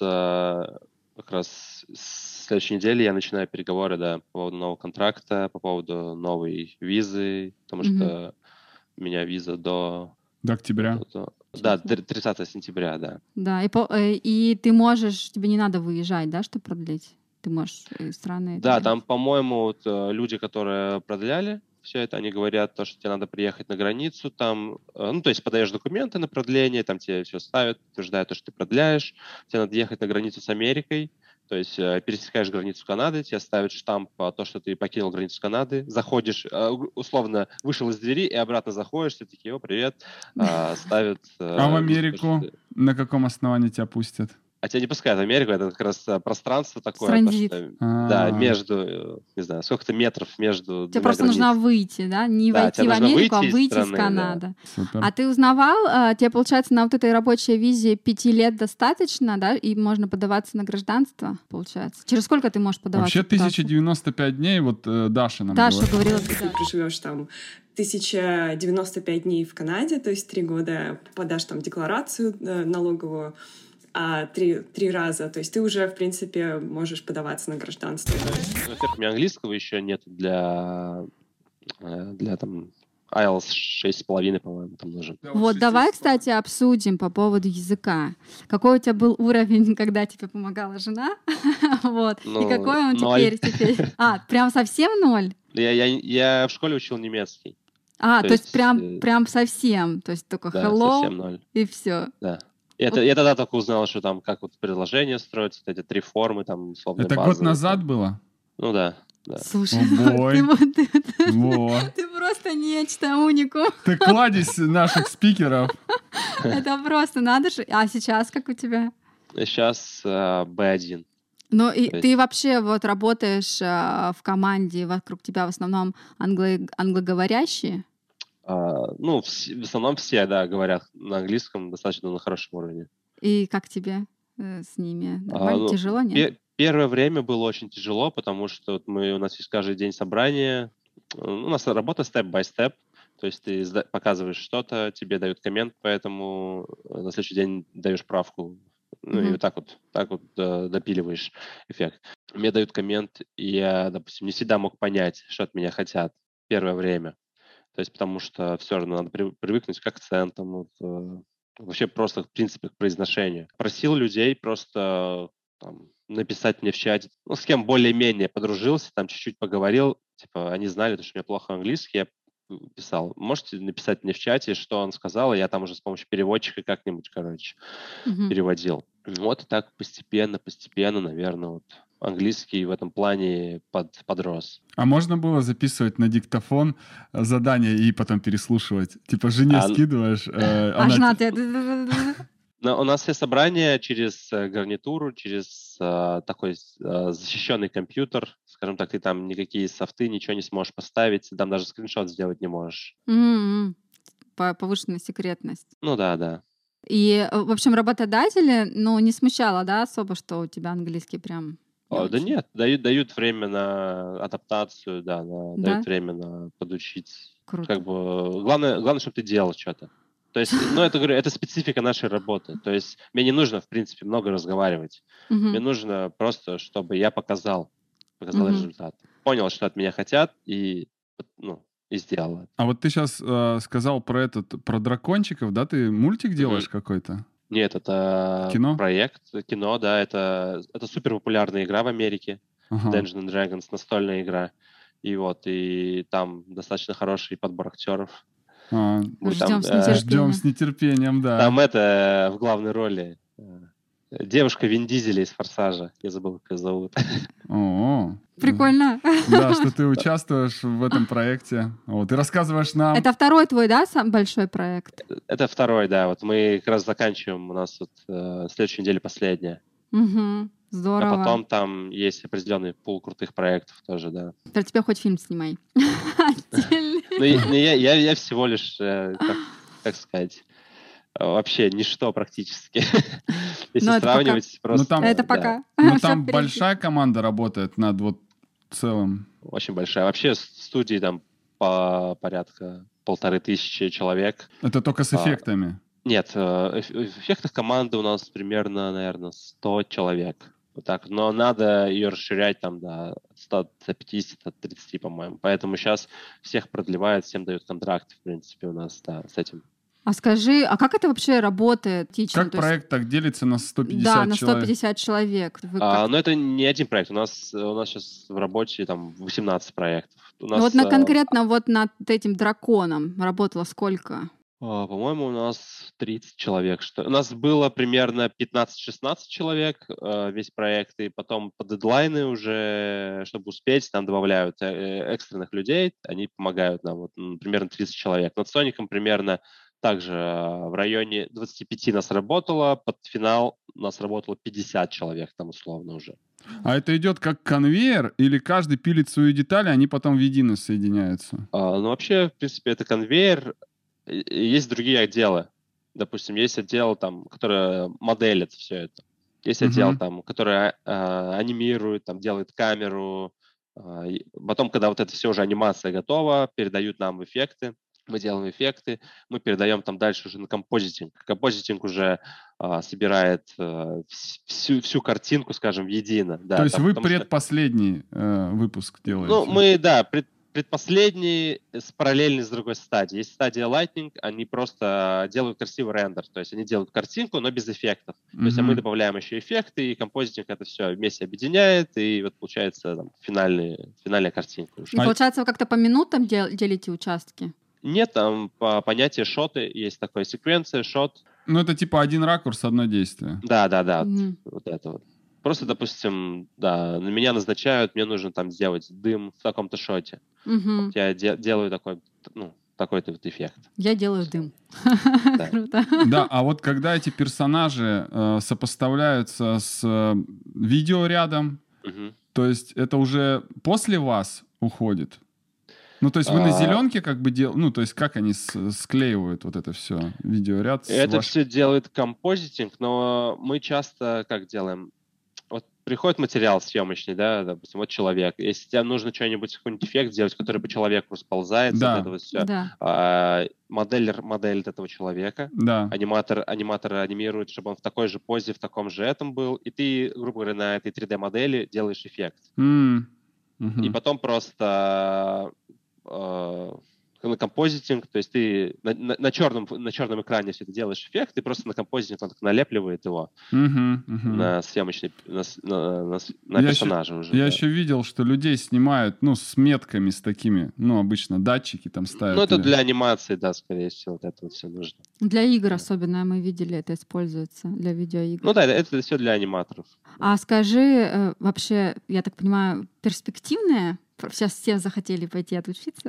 как раз с следующей недели я начинаю переговоры, да, по поводу нового контракта, по поводу новой визы, потому Мгм. что у меня виза до... До октября. до- до- да, Сейчас, да. тр- тридцатого сентября, да. Да, и, по- э, и ты можешь, тебе не надо выезжать, да, чтобы продлить? Ты можешь из страны... Да, это там, делать. по-моему, вот, э, люди, которые продляли все это, они говорят, то, что тебе надо приехать на границу, там, э, ну, то есть подаешь документы на продление, там тебе все ставят, утверждают то, что ты продляешь, тебе надо ехать на границу с Америкой, то есть э, пересекаешь границу Канады, тебе ставят штамп по то, что ты покинул границу Канады, заходишь, э, у- условно, вышел из двери и обратно заходишь, все такие, о, привет, а, ставят... э, А в то, что Америку ты- на каком основании тебя пустят? А тебя не пускают в Америку, это как раз э, пространство С такое, то, транзит. что, да, А, между, э, не знаю, сколько-то метров между Тебе двумя просто нужно границами. выйти, да, не Да, войти тебе в нужно Америку, а выйти из выйти из страны, да. Канады. супер. А ты узнавал, а, тебе, получается, на вот этой рабочей визе пяти лет достаточно, да, и можно подаваться на гражданство, получается? Через сколько ты можешь подаваться? Вообще пытаться? тысяча девяносто пять дней, вот э, Даша нам Даша говорила. говорила, Если что ты проживешь там тысяча девяносто пять дней в Канаде, то есть три года подашь там декларацию э, налоговую, а три, три раза, то есть ты уже, в принципе, можешь подаваться на гражданство. Во-первых, у меня английского еще нет для, э, для там ай эл ти эс шесть с половиной, по-моему, там нужен. Вот, давай, кстати, обсудим по поводу языка. Какой у тебя был уровень, когда тебе помогала жена? Вот. И Ну, какой он ноль. теперь? теперь? А, прям совсем ноль? Я, я, я в школе учил немецкий. А, То то есть есть, прям, э, прям совсем. То есть только Да, hello совсем ноль. и все. Да. И это, я тогда только узнал, что там как вот предложения строятся, вот эти три формы, там, условно, Это год базовые, назад там. было? Ну да, да. Слушай, О, ты, бой. вот- ты- Во. ты просто нечто, уникум. Ты кладезь наших спикеров. Это просто надо же. А сейчас как у тебя? Сейчас э, би один. Ну и То ты есть- вообще вот работаешь а, в команде, вокруг тебя в основном англо- англоговорящие? А, ну, вс- в основном все, да, говорят на английском достаточно на хорошем уровне. И как тебе э, с ними? А, Нормально? ну, Тяжело, нет? пе- Первое время было очень тяжело, потому что вот мы, у нас есть каждый день собрание. Э, У нас работа степ-бай-степ. То есть ты сда- показываешь что-то, тебе дают коммент, поэтому э, на следующий день даешь правку. Ну и Мгм. вот так вот, так вот э, допиливаешь эффект. Мне дают коммент, и я, допустим, не всегда мог понять, что от меня хотят первое время. То есть потому что все равно надо при- привыкнуть к акцентам, вот, э, вообще просто, в принципе, к произношению. Просил людей просто там, написать мне в чате, ну, с кем более-менее подружился, там чуть-чуть поговорил, типа, они знали, что у меня плохо английский, я писал, можете написать мне в чате, что он сказал, и я там уже с помощью переводчика как-нибудь, короче, Мгм. переводил. Вот и так постепенно, постепенно, наверное, вот английский в этом плане под, подрос. А можно было записывать на диктофон э, задание и потом переслушивать? Типа жене А, скидываешь, э, А она... жена тебе... Но у нас все собрания через э, гарнитуру, через э, такой э, защищенный компьютер. Скажем так, ты там никакие софты, ничего не сможешь поставить, там даже скриншот сделать не можешь. М-м. По- Повышенная секретность. Ну да, да. И, э, в общем, работодатели, ну, не смущало, да, особо, что у тебя английский прям не О, да очень? нет, дают, дают время на адаптацию, да, на- Да? дают время на подучить. Круто. Как бы главное, главное, чтобы ты делал что-то. То есть, ну, это, говорю, это специфика нашей работы. То есть мне не нужно, в принципе, много разговаривать. Мгм. Мне нужно просто, чтобы я показал, показал Мгм. результат. Понял, что от меня хотят, и, ну, и сделал это. А вот ты сейчас сказал про этот, про дракончиков, да? Ты мультик делаешь Мгм. какой-то? Нет, это Кино? проект, кино, да, это, это супер популярная игра в Америке. Ага. Dungeons and Dragons, настольная игра. И вот, и там достаточно хороший подбор актеров. А, Мы Ждем там, с э, нетерпением. ждем с нетерпением, да. Там это в главной роли э, девушка Вин Дизеля из «Форсажа». Я забыл, как ее зовут. О, Прикольно. да, что ты участвуешь в этом проекте. Вот, и рассказываешь нам. Это второй твой, да, сам большой проект? Это второй, да. Вот мы как раз заканчиваем. У нас вот э, следующей неделе последняя. Угу. А Здорово. потом там есть определенный пул крутых проектов тоже, да. Про тебя хоть фильм снимай. Отдельный. Ну, и- ну, я, я, я всего лишь, э, как, как сказать, э, вообще ничто практически. Если Ну, это пока. сравнивать, просто... Ну, там- Это да. пока. Ну, Всё там впереди. большая команда работает над вот в целом? Очень большая. Вообще в студии там по порядка полторы тысячи человек. Это только с эффектами? А, нет, в эффектах команды у нас примерно, наверное, сто человек. Вот так. Но надо ее расширять там до ста пятидесяти, до тридцати, по-моему. Поэтому сейчас всех продлевают, всем дают контракт, в принципе, у нас, да, с этим. А скажи, а как это вообще работает, Teaching? Как То проект есть... так делится на сто пятьдесят да, человек? Да, на сто пятьдесят человек. Вы а, как... но это не один проект. У нас, у нас сейчас в работе там восемнадцать проектов. У нас, ну вот на, а... конкретно вот над этим драконом работало сколько? А, по-моему, у нас тридцать человек. Что... У нас было примерно пятнадцать-шестнадцать человек э, весь проект, и потом по дедлайны уже, чтобы успеть, нам добавляют э, экстренных людей, они помогают нам. Вот, примерно тридцать человек. Над Соником примерно также в районе двадцати пяти нас работало, под финал у нас работало пятьдесят человек там условно уже. А это идет как конвейер или каждый пилит свою деталь, а они потом в едино соединяются? А, ну, вообще, в принципе, это конвейер. Есть другие отделы. Допустим, есть отдел, там, который моделит все это. Есть uh-huh. отдел, там, который э, анимирует, там, делает камеру. Э, потом, когда вот это все уже анимация готова, передают нам эффекты. Мы делаем эффекты, мы передаем там дальше уже на композитинг. Композитинг уже э, собирает э, всю, всю картинку, скажем, в едино. Да, То есть там, вы предпоследний что... э, выпуск делаете? Ну, мы, да, пред, предпоследний с параллельной с другой стадией. Есть стадия Lightning, они просто делают красивый рендер, то есть они делают картинку, но без эффектов. Mm-hmm. То есть а мы добавляем еще эффекты, и композитинг это все вместе объединяет, и вот получается там, финальный, финальная картинка. И а... получается, вы как-то по минутам дел- делите участки? Нет, там по понятию шоты есть такое, секвенция, шот. Ну, это типа один ракурс, одно действие. Да, да, да, mm-hmm. вот, вот это вот. Просто, допустим, да, на меня назначают, мне нужно там сделать дым в таком-то шоте. Mm-hmm. Вот я де- делаю такой, ну, такой-то вот эффект. Я делаю дым. Да. Круто. Да, а вот когда эти персонажи э, сопоставляются с э, видеорядом, угу. то есть это уже после вас уходит? Ну, то есть вы а... на зеленке как бы делаете, ну, то есть как они с- склеивают вот это все, видеоряд? Это ваш... все делает композитинг, но мы часто как делаем? Вот приходит материал съемочный, да, допустим, вот человек. Если тебе нужно что-нибудь, какой-нибудь эффект сделать, который по человеку расползается, да. вот это вот все, да. а, моделлер моделит этого человека, да. аниматор, аниматор анимирует, чтобы он в такой же позе, в таком же этом был, и ты, грубо говоря, на этой три дэ-модели делаешь эффект. Mm. Uh-huh. И потом просто... на композитинг, то есть ты на, на, на, черном, на черном экране все это делаешь эффект, и просто на композитинг он так налепливает его uh-huh, uh-huh. на съемочный, на, на, на, на я персонажа еще, уже. Я да. еще видел, что людей снимают, ну, с метками, с такими, ну, обычно датчики там ставят. Ну, это или... для анимации, да, скорее всего, вот это вот все нужно. Для игр особенно мы видели, это используется, для видеоигр. Ну да, это, это все для аниматоров. А скажи, вообще, я так понимаю, перспективное? Сейчас все захотели пойти отучиться.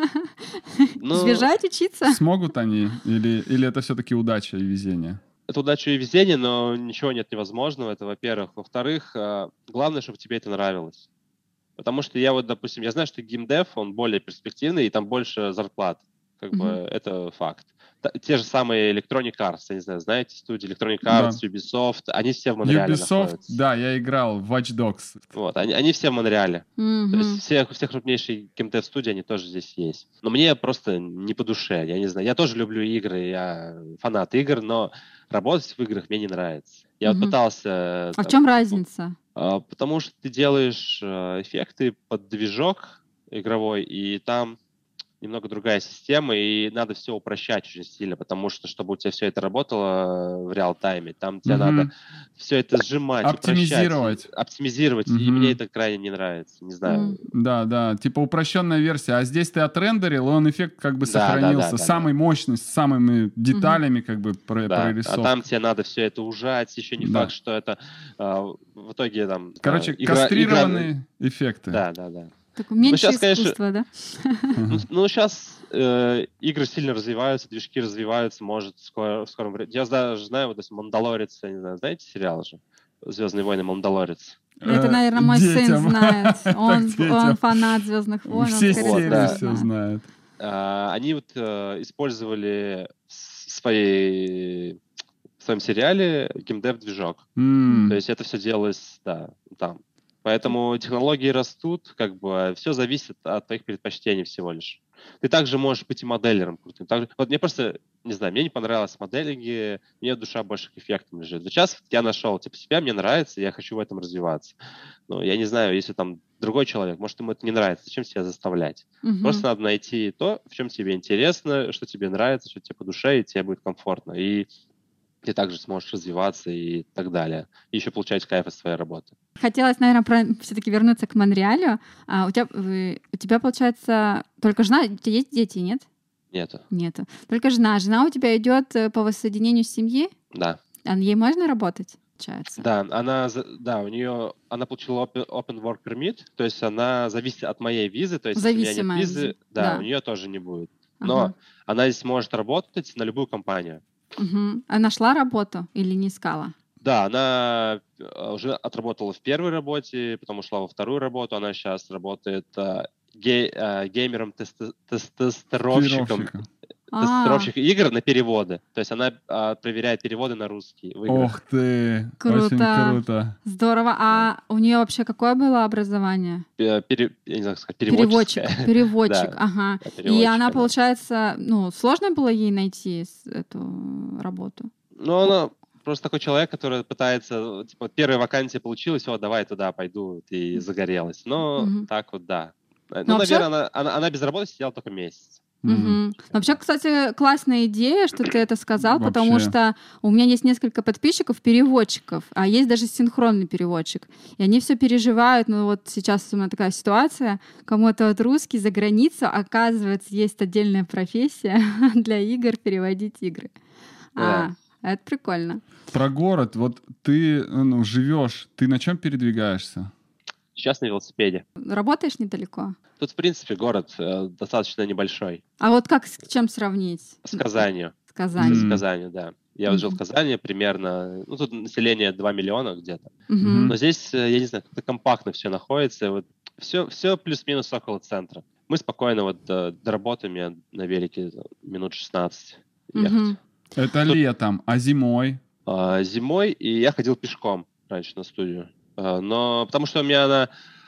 Ну, сбежать учиться. Смогут они? Или, или это все-таки удача и везение? Это удача и везение, но ничего нет невозможного. Это, во-первых. Во-вторых, главное, чтобы тебе это нравилось. Потому что я вот, допустим, я знаю, что геймдев, он более перспективный, и там больше зарплат. Как mm-hmm. бы это факт. Те же самые Electronic Arts, я не знаю, знаете, студии Electronic Arts, да. Ubisoft, они все в Монреале Ubisoft, находятся. Да, я играл в Watch Dogs. Вот, они, они все в Монреале. Mm-hmm. То есть все, все крупнейшие геймдев-студии, они тоже здесь есть. Но мне просто не по душе, я не знаю. Я тоже люблю игры, я фанат игр, но работать в играх мне не нравится. Я mm-hmm. вот пытался... А там, в чем разница? Потому что ты делаешь эффекты под движок игровой, и там немного другая система, и надо все упрощать очень сильно, потому что, чтобы у тебя все это работало в реал-тайме, там тебе mm-hmm. надо все это сжимать, оптимизировать. Упрощать, оптимизировать, mm-hmm. и мне это крайне не нравится, не знаю. Mm-hmm. Да, да, типа упрощенная версия, а здесь ты отрендерил, и он эффект как бы да, сохранился, да, да, самой да. мощной, с самыми деталями mm-hmm. как бы про- да. прорисовки. А там тебе надо все это ужать, еще не да. факт, что это а, в итоге там... Короче, игра, кастрированные игра... эффекты. Да, да, да. Такое меньше ну, сейчас, искусства, конечно, да? Ну, ну сейчас э, игры сильно развиваются, движки развиваются, может, в, скоро, в скором времени. Я даже знаю, вот, если «Мандалорец», я не знаю, знаете сериал же? «Звездные войны», «Мандалорец». Это, наверное, мой детям. сын знает. Он, он фанат «Звездных войн». Все он, серии да. все знают. А, они вот э, использовали в, своей, в своем сериале геймдев-движок. Mm. То есть это все делалось, да, там. Поэтому технологии растут, как бы все зависит от твоих предпочтений всего лишь. Ты также можешь быть и моделером крутым. Также, вот мне просто, не знаю, мне не понравилось моделинги, мне душа больше к эффектам лежит. Сейчас я нашел, типа, себя, мне нравится, я хочу в этом развиваться. Но я не знаю, если там другой человек, может, ему это не нравится, зачем себя заставлять? Мгм. Просто надо найти то, в чем тебе интересно, что тебе нравится, что тебе по душе, и тебе будет комфортно. И ты также сможешь развиваться и так далее. И еще получать кайф от своей работы. Хотелось, наверное, все-таки вернуться к Монреалю. А у тебя, вы- у тебя, получается, только жена, у тебя есть дети, нет? Нету. Нету. Только жена. Жена у тебя идет э, по воссоединению семьи? Да. А ей можно работать, получается? Да, она, за- да, у нее, она получила open, open work permit, то есть она зависит от моей визы, то есть если у меня нет Зависимая визы, виза. да, Да. у нее тоже не будет. Ага. Но она здесь может работать на любую компанию. Мгм. А нашла работу или не искала? Да, она э, уже отработала в первой работе, потом ушла во вторую работу. Она сейчас работает э, ге- э, геймером, тесте- тестировщиком, Тестировщика. А, тестировщик игр на переводы. То есть она а, проверяет переводы на русский в играх. Ох ты, Круто. очень круто. здорово. А у нее вообще какое было образование? Пе- пере- я не знаю, как сказать, Переводчик. переводческое. Переводчик, Да, ага. да, И переводчик она, она. получается, ну, сложно было ей найти с- эту работу? Ну, она просто такой человек, который пытается, типа, первая вакансия получилась, о, давай туда пойду, и загорелась. Но Мгм. так вот, да. Э, Ну, Ну, вообще, наверное, она, она, она без работы сидела только месяц. Мгм. мгм. Ну, вообще, кстати, классная идея, что ты это сказал, потому Вообще. что у меня есть несколько подписчиков, переводчиков, а есть даже синхронный переводчик. И они все переживают, ну вот сейчас у меня такая ситуация, кому-то вот русский за границу, оказывается, есть отдельная профессия для игр, переводить игры. А, это прикольно. Про город. Вот ты ну, живешь, ты на чем передвигаешься? Сейчас на велосипеде. Работаешь недалеко? Тут, в принципе, город э, достаточно небольшой. А вот как с чем сравнить? С Казанью. С Казанью. С М. Казанью, да. Я вот жил в Мгм. Казани примерно, ну, тут население два миллиона где-то. Мгм. Но здесь, э, я не знаю, как-то компактно все находится. Вот все, все плюс-минус около центра. Мы спокойно вот э, доработаем, я на велике э, минут шестнадцать ехать. Мгм. Это Тут- летом, а зимой? А, зимой, и я ходил пешком раньше на студию. А, но потому что у меня она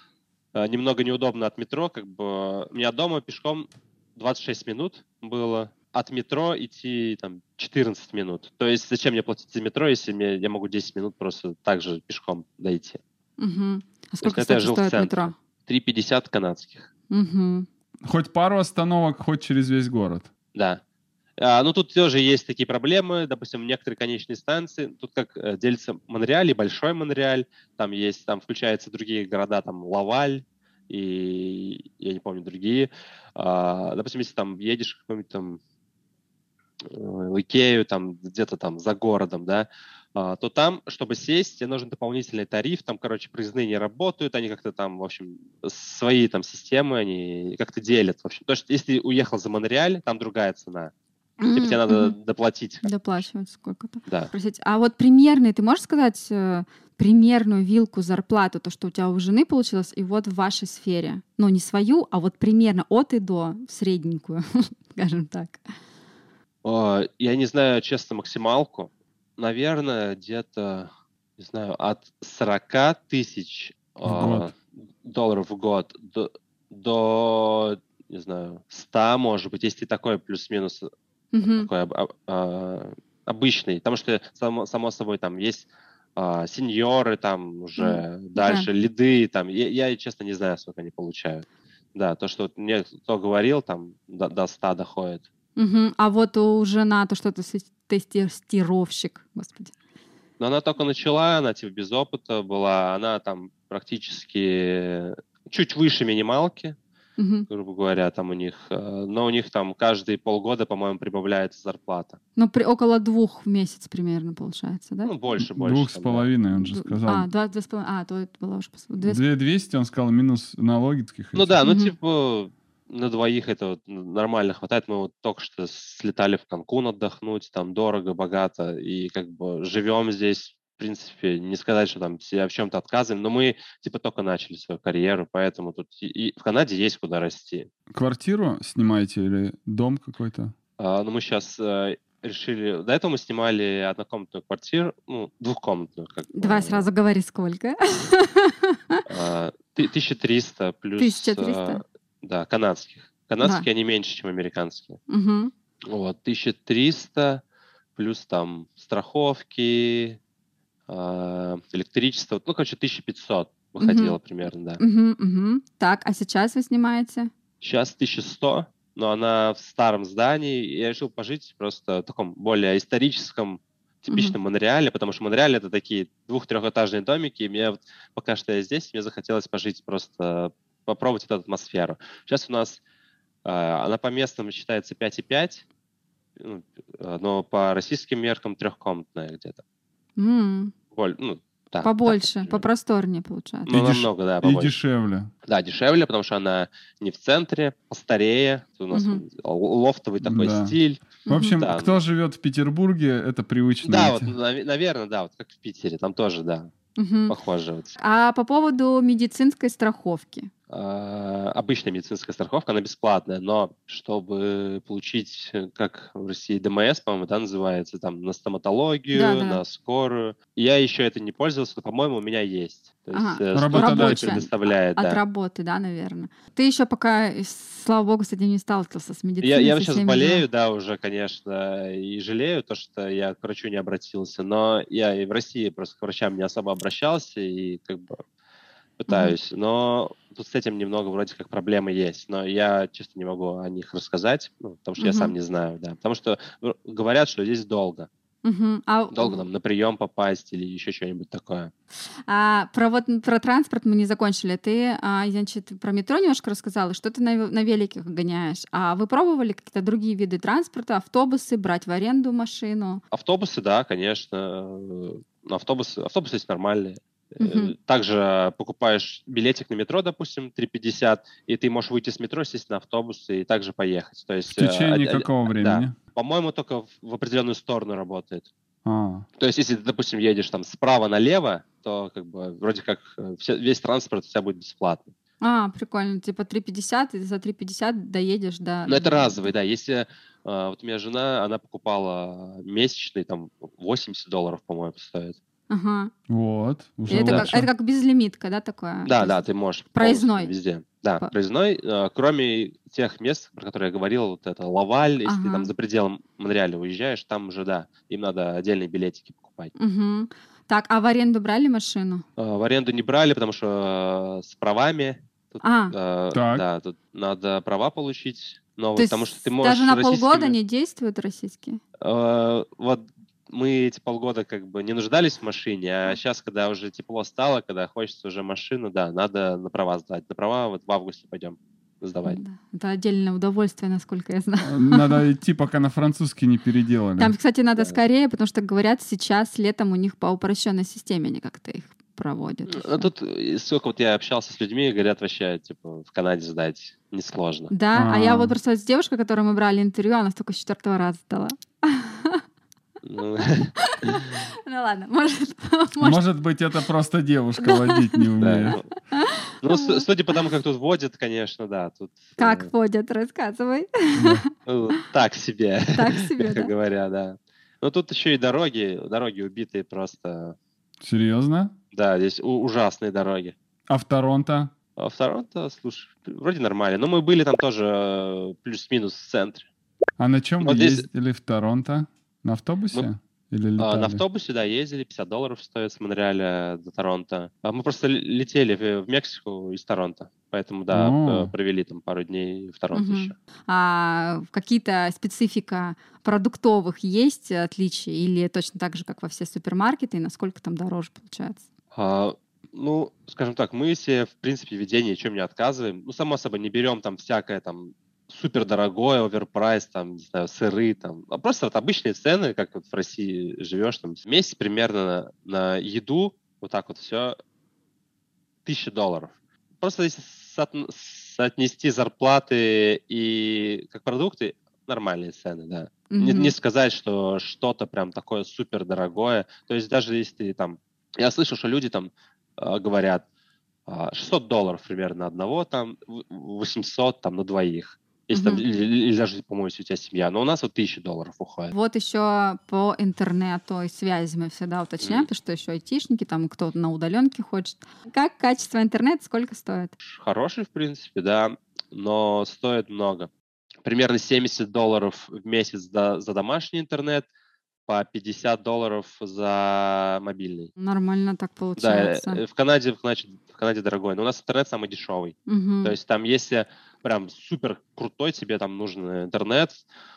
а, немного неудобно от метро, как бы у меня дома пешком двадцать шесть минут было, от метро идти там четырнадцать минут. То есть зачем мне платить за метро, если мне, я могу десять минут просто так же пешком дойти. Мгм. А сколько, это я кстати, жил в стоит центре. метро? три пятьдесят канадских. Мгм. Хоть пару остановок, хоть через весь город. Да. А, ну, тут тоже есть такие проблемы. Допустим, некоторые конечные станции, тут как э, делится Монреаль и Большой Монреаль. Там есть, там включаются другие города, там Лаваль и, я не помню, другие. А, допустим, если там едешь в какую-нибудь там э, в Икею, там где-то там за городом, да, а, то там, чтобы сесть, тебе нужен дополнительный тариф, там, короче, проездные не работают, они как-то там, в общем, свои там системы, они как-то делят, в общем. То есть, если уехал за Монреаль, там другая цена. Типа тебе М, надо мгм. доплатить. как-то. Доплачивать сколько-то. Да. Спросить. А вот примерный, ты можешь сказать э, примерную вилку зарплату, то, что у тебя у жены получилось, и вот в вашей сфере? Ну, не свою, а вот примерно от и до, средненькую, скажем так. А, Я не знаю, честно, максималку. Наверное, где-то, не знаю, от сорок тысяч В год. а, долларов в год до, до, не знаю, ста, может быть, если такой плюс-минус Мгм. такой об- об- а, обычный. Потому что, само, само собой, там есть а, сеньоры, там уже дальше, лиды, там. Я, я, честно, не знаю, сколько они получают. Да, то, что вот мне кто говорил, там до, до ста доходит. Мгм. А вот у жена, то что ты с- тестировщик, господи. Но она только начала, она типа без опыта была, она там практически чуть выше минималки, Мгм. грубо говоря, там у них, э, но у них там каждые полгода, по-моему, прибавляется зарплата. Ну, при, около двух в месяц примерно получается, да? Ну, больше, больше. Двух с там, да. половиной, он же Д- сказал. А, два, две с половиной. А, то это было уже... пос- две с- Две двести, он сказал, минус налоги таких. Ну этих. да, ну Мгм. типа на двоих это вот нормально хватает. Мы вот только что слетали в Канкун отдохнуть, там дорого, богато, и как бы живем здесь, в принципе, не сказать, что там себя в чем-то отказываем, но мы типа только начали свою карьеру, поэтому тут и, и в Канаде есть куда расти. Квартиру снимаете или дом какой-то? А, но мы сейчас решили... До этого мы снимали однокомнатную квартиру, ну, двухкомнатную. Как бы. Давай сразу говори, сколько. А, ты- тысяча триста плюс... тысяча триста? а, Да, канадских. Канадские, они меньше, чем американские. Мгм. Вот, тысяча триста плюс там страховки, а, электричество. Ну, короче, тысяча пятьсот выходило Мгм. примерно, да. Мгм, мгм. Так, а сейчас вы снимаете? Сейчас тысяча сто, но она в старом здании. И я решил пожить просто в таком более историческом, Мгм. типичном Монреале, потому что Монреаль — это такие двух-трехэтажные домики, и мне вот, пока что я здесь, мне захотелось пожить просто, попробовать эту атмосферу. Сейчас у нас а, она по местным считается пять и пять, ну, э, но по российским меркам трехкомнатная где-то. М, Боль- ну, да, так вот Побольше, примерно. попросторнее получается. Ну, И, деш- намного, да, и побольше. дешевле. Да, дешевле, потому что она не в центре, постарее. У нас Мгм. л- лофтовый такой Да. стиль. В общем, Да, кто живет в Петербурге, это привычно. да, вот, эти- наверное, да, вот как в Питере, там тоже, да, Мгм. похоже. Вот. А по поводу медицинской страховки? А, обычная медицинская страховка, она бесплатная, но чтобы получить, э, как в России ДМС, по-моему, да, называется, там, на Да, стоматологию, да. на скорую, я еще это не пользовался, но, по-моему, у меня есть. То есть Ага, э, Работодатель. что-то рабочая. предоставляет, От да. работы, да, наверное. Ты еще пока, э, слава богу, с этим не сталкивался, с Я, медициной, я со сейчас всеми болею, делами. да, уже, конечно, и жалею то, что я к врачу не обратился, но я и в России просто к врачам не особо обращался и как бы Мгм. пытаюсь, но тут с этим немного вроде как проблемы есть, но я чисто не могу о них рассказать, ну, потому что я сам Мгм. не знаю, да, потому что э, говорят, что здесь долго, Мгм. А, долго в- там на прием попасть или еще что-нибудь такое. а про вот м, про транспорт мы не закончили. Ты, а, значит, про метро немножко рассказала, что ты на, ве- на велике гоняешь. А вы пробовали какие-то другие виды транспорта, автобусы, брать в аренду машину? Автобусы, да, конечно, э, автобусы, автобусы есть нормальные. Мгм. Э, Также покупаешь билетик на метро, допустим, три пятьдесят, и ты можешь выйти с метро, сесть на автобус и также поехать. То В есть, э, течение од- од- какого да, времени? по-моему, только в в определенную сторону работает. А, То есть, если ты, допустим, едешь там справа налево, то как бы вроде как э, все- весь транспорт у тебя будет бесплатный. А, прикольно. Типа три пятьдесят, и за три пятьдесят доедешь до... Но это разовый, да. Если э, вот у меня жена, она покупала месячный, там восемьдесят долларов, по-моему, стоит. Ага. вот, И уже это Да. как, это лучше. как безлимитка, да, такое? Да, То да, есть ты можешь полностью проездной. везде. Да, По- проездной, э, кроме тех мест, про которые я говорил, вот это Лаваль, если ты там Ага. за пределом Монреаля уезжаешь, там уже, да, им надо отдельные билетики покупать. Мгм. Так, а в аренду брали машину? Э, В аренду не брали, потому что э, с правами, тут, А, э, Так, да, тут надо права получить то новые, потому что ты есть даже можешь на полгода российскими... не действуют российские? Э, Вот мы эти полгода как бы не нуждались в машине, а сейчас, когда уже тепло стало, когда хочется уже машину, да, надо на права сдать. На права вот в августе пойдем сдавать. Да, это отдельное удовольствие, насколько я знаю. э, надо идти, пока на французский не переделали. Там, кстати, надо Да. скорее, потому что говорят, сейчас летом у них по упрощенной системе они как-то их проводят. Ну, ещё. тут, э, сколько вот я общался с людьми, говорят, вообще, типа, в Канаде сдать несложно. Да, а я вот А. просто с девушкой, которой мы брали интервью, она только с четвертого раза сдала. Ну, Ну ладно, может, может. Может быть, это просто девушка водить не да, умеет. ну, ну, с- судя по тому, как тут водят, конечно, да, тут Как э, водят, рассказывай. Да. ну, так себе, Так себе, мягко да? говоря, да. Но тут еще и дороги, дороги убитые просто, Серьезно? да, здесь у- ужасные дороги. А в Торонто? А в Торонто, слушай, вроде нормально. Но мы были там тоже э, плюс-минус в центре. А на чем вы Вот здесь ездили в Торонто? На автобусе? Или а, летали? на автобусе, да, ездили, пятьдесят долларов стоит с Монреаля до Торонто. А мы просто л- летели в, в Мексику из Торонто. Поэтому, да, О. п- провели там пару дней в Торонто Мгм. еще. А какие-то специфика продуктовых есть отличия или точно так же, как во все супермаркеты, и насколько там дороже получается? А, ну, скажем так, мы себе, в принципе, в еде ничем не отказываем. Ну, само собой, не берем там всякое там супер дорогое, оверпрайс, там, не знаю, сыры, там, а просто вот обычные цены, как вот в России живешь, там, в месяц примерно на, на еду, вот так вот все, тысяча долларов. Просто если соотн- соотнести зарплаты и как продукты, нормальные цены, да. Не, Мгм. не сказать, что что-то прям такое супер дорогое. То есть даже если ты там... Я слышал, что люди там э, говорят а, шестьсот долларов примерно одного, там в- восемьсот там на двоих. Если там, Мгм. или, или даже, по-моему, если у тебя семья. Но у нас вот тысяча долларов уходит. Вот еще по интернету и связи мы всегда уточняем, М. потому что еще айтишники, там кто-то на удаленке хочет. Как качество интернета, сколько стоит? Хороший, в принципе, да, но стоит много. Примерно семьдесят долларов в месяц за, за домашний интернет, по пятьдесят долларов за мобильный. Нормально так Да, получается. э, в Канаде, в Канаде, в Канаде дорогой, но у нас интернет самый дешевый. То Мгм. есть там, если прям супер крутой, тебе там нужен интернет,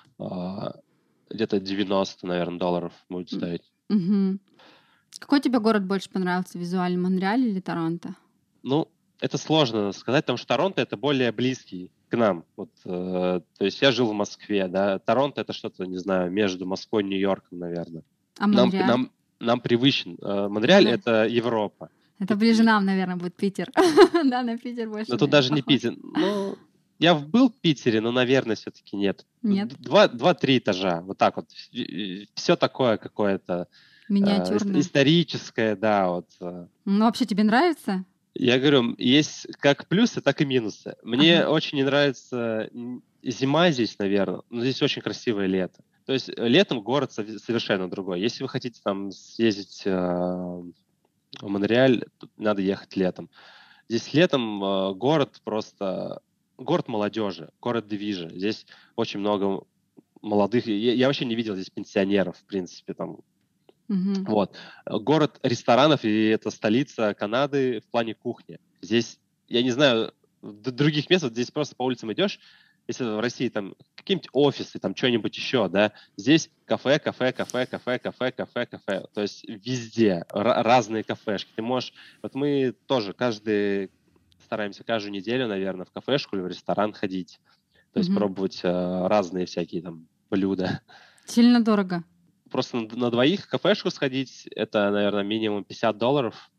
а, где-то девяносто, наверное, долларов будет М. стоить. Мгм. Какой тебе город больше понравился визуально, Монреаль или Торонто? Ну, это сложно сказать, потому что Торонто это более близкий к нам. Вот, э, то есть я жил в Москве, да. Торонто это что-то, не знаю, между Москвой и Нью-Йорком, наверное. А Нам, Монреаль? нам, нам привычен. Э, Монреаль Да-да. это Европа. Это Тут, ближе и- нам, наверное, будет Питер. Да, на Питер больше, но тут наверное, даже не похож. Питер. Ну, я в- был в Питере, но, наверное, все-таки нет. Нет? Два, два-три этажа, вот так вот. Все такое какое-то э, ис- Миниатюрно. историческое, да, вот. э. Ну, вообще тебе нравится? Я говорю, есть как плюсы, так и минусы. Мне Ага. очень не нравится м, зима здесь, наверное, но здесь очень красивое лето. То есть э, летом город сов- совершенно другой. Если вы хотите там съездить э, в Монреаль, тут надо ехать летом. Здесь летом э, город просто город молодежи, город движа. Здесь очень много молодых. Я, я вообще не видел здесь пенсионеров, в принципе, там. Мгм. Вот. Э, Город ресторанов, и это столица Канады в плане кухни. Здесь, я не знаю, в д- других мест, вот здесь просто по улицам идешь, если в России там какие-нибудь офисы, там что-нибудь еще, да, здесь кафе, кафе, кафе, кафе, кафе, кафе, кафе. То есть везде ра- разные кафешки. Ты можешь... Вот мы тоже каждый стараемся каждую неделю, наверное, в кафешку или в ресторан ходить. То есть Мгм. пробовать э, разные всякие там блюда. Сильно дорого. Просто на, на двоих в кафешку сходить, это, наверное, минимум пятьдесят долларов.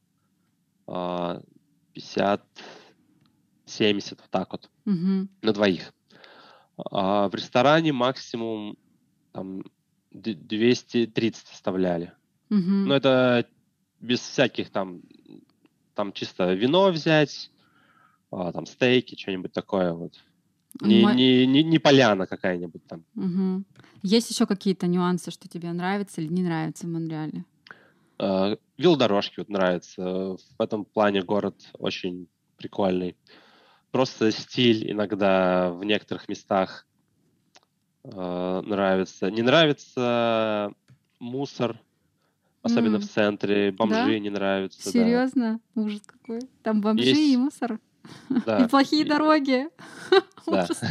а, пятьдесят семьдесят, вот так вот, Мгм. на двоих. А в ресторане максимум там д- двести тридцать оставляли. Мгм. Но это без всяких там, там чисто вино взять, а, там стейки, что-нибудь такое вот. Не, Мо- не, не, не поляна какая-нибудь там. Мгм. Есть еще какие-то нюансы, что тебе нравится или не нравится в Монреале? А, велодорожки вот нравятся. В этом плане город очень прикольный. Просто стиль иногда в некоторых местах э, нравится. Не нравится мусор, особенно в М, центре. Да? Бомжи не нравятся, да. Серьезно? Ужас какой. Там бомжи и Есть, мусор. И да, плохие и- дороги. да. Ужас.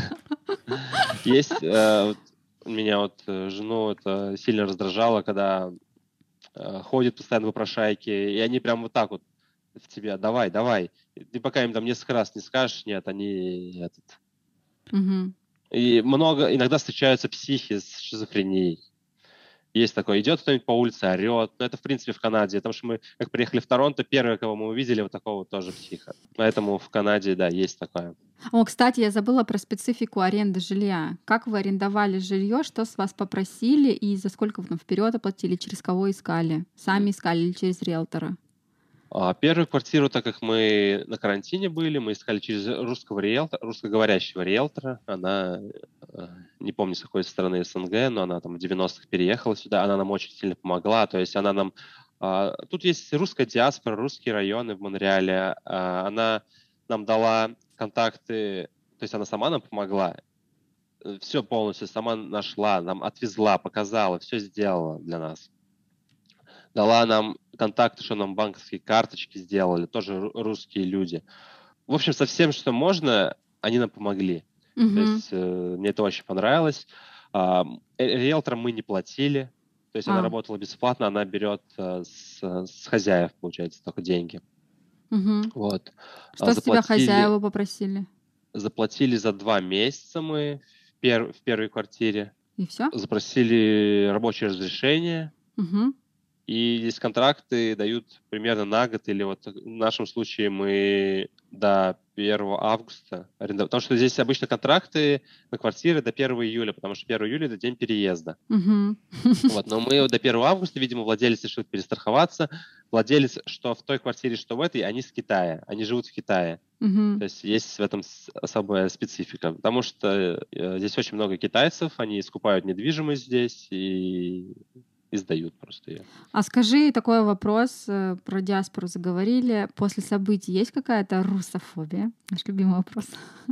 Есть э, вот меня вот э, жену это сильно раздражало, когда э, ходят постоянно попрошайки, и они прям вот так вот в тебя, давай, давай. И ты пока им там несколько раз не скажешь, нет, они этот. Мгм. И много, иногда встречаются психи с шизофренией. Есть такое. Идет кто-нибудь по улице, орет. Но это, в принципе, в Канаде. Потому что мы, как приехали в Торонто, первое, кого мы увидели, вот такого вот тоже психа. Поэтому в Канаде, да, есть такое. О, кстати, я забыла про специфику аренды жилья. Как вы арендовали жилье, что с вас попросили и за сколько вы там вперед оплатили, через кого искали? Сами искали или через риэлтора? А первую квартиру, так как мы на карантине были, мы искали через русского риэлтора, русскоговорящего риэлтора. Она, э, не помню, с какой страны СНГ, но она там в девяностых переехала сюда. Она нам очень сильно помогла. То есть она нам... а, Тут есть русская диаспора, русские районы в Монреале. А, Она нам дала контакты, то есть она сама нам помогла. Все полностью сама нашла, нам отвезла, показала, все сделала для нас. Дала нам контакты, что нам банковские карточки сделали, тоже ру- русские люди. В общем, со всем, что можно, они нам помогли. То Мгм. есть э, мне это очень понравилось. А, м, э, риэлторам мы не платили. То есть она А, работала бесплатно, она берет э, с, с хозяев, получается, только деньги. мгм. Вот. А, Что с тебя Заплатили, хозяева попросили? заплатили за два месяца мы в, пер- в первой квартире. И все? Запросили рабочее разрешение. И здесь контракты дают примерно на год, или вот в нашем случае мы до первого августа. аренда- Потому что здесь обычно контракты на квартиры до первого июля, потому что первого июля — это день переезда. Мгм. Вот, но мы до первого августа, видимо, владелец решил перестраховаться. Владелец, что в той квартире, что в этой, они с Китая. Они живут в Китае. Мгм. То есть есть в этом с- особая специфика. Потому что э, здесь очень много китайцев, они скупают недвижимость здесь и, и сдают просто ее. А скажи такой вопрос, э, про диаспору заговорили. После событий есть какая-то русофобия? Наш любимый вопрос.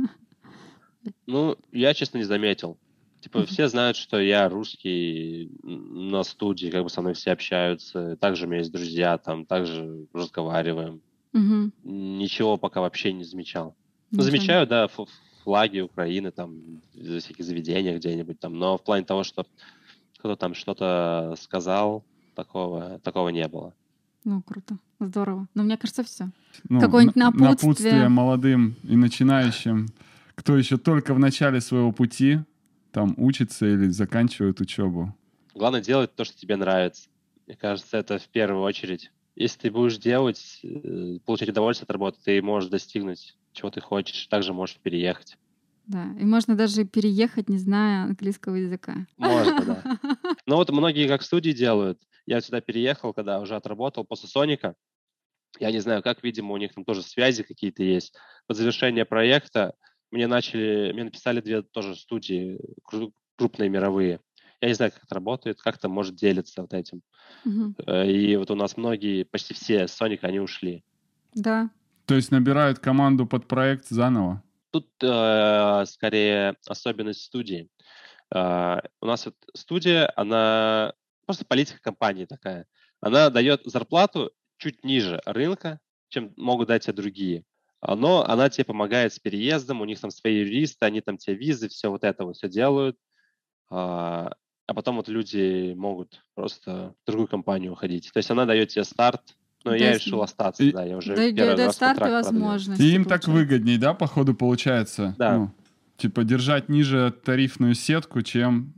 Ну, я, честно, не заметил. Типа, Мгм. все знают, что я русский м, на студии, как бы со мной все общаются. Также у меня есть друзья, там, также разговариваем. Мгм. Ничего пока вообще не замечал. Ну, Ничего. замечаю, да, ф- флаги Украины там в всяких заведениях где-нибудь там, но в плане того, что кто-то там что-то сказал, такого, такого не было. Ну, круто. Здорово. Но мне кажется, все. Ну, Какое-нибудь на- напутствие. напутствие молодым и начинающим, кто еще только в начале своего пути, там учится или заканчивает учебу. Главное делать то, что тебе нравится. Мне кажется, это в первую очередь. Если ты будешь делать, э, получать удовольствие от работы, ты можешь достигнуть чего ты хочешь, также можешь переехать. Да. И можно даже переехать, не зная английского языка. Можно, да. Но вот многие как студии делают. Я сюда переехал, когда уже отработал после Соника. Я не знаю, как, видимо, у них там тоже связи какие-то есть. Под завершение проекта мне начали, мне написали две тоже студии кру- крупные мировые. Я не знаю, как это работает, как это может делиться вот этим. Мгм. Э, И вот у нас многие, почти все с Соника, они ушли. Да. То есть набирают команду под проект заново. Тут э, скорее особенность студии. Э, у нас вот студия, она просто политика компании такая. Она дает зарплату чуть ниже рынка, чем могут дать тебе другие. А, Но она тебе помогает с переездом, у них там свои юристы, они там тебе визы, все вот это вот все делают. А а потом вот люди могут просто в другую компанию уходить. То есть она дает тебе старт. Но я Дает- решил остаться, И- да, я уже Да, первый да, раз старт и контракт продлил. возможности. И им так получается. выгодней, да, по ходу получается? Да. Ну, типа держать ниже тарифную сетку, чем...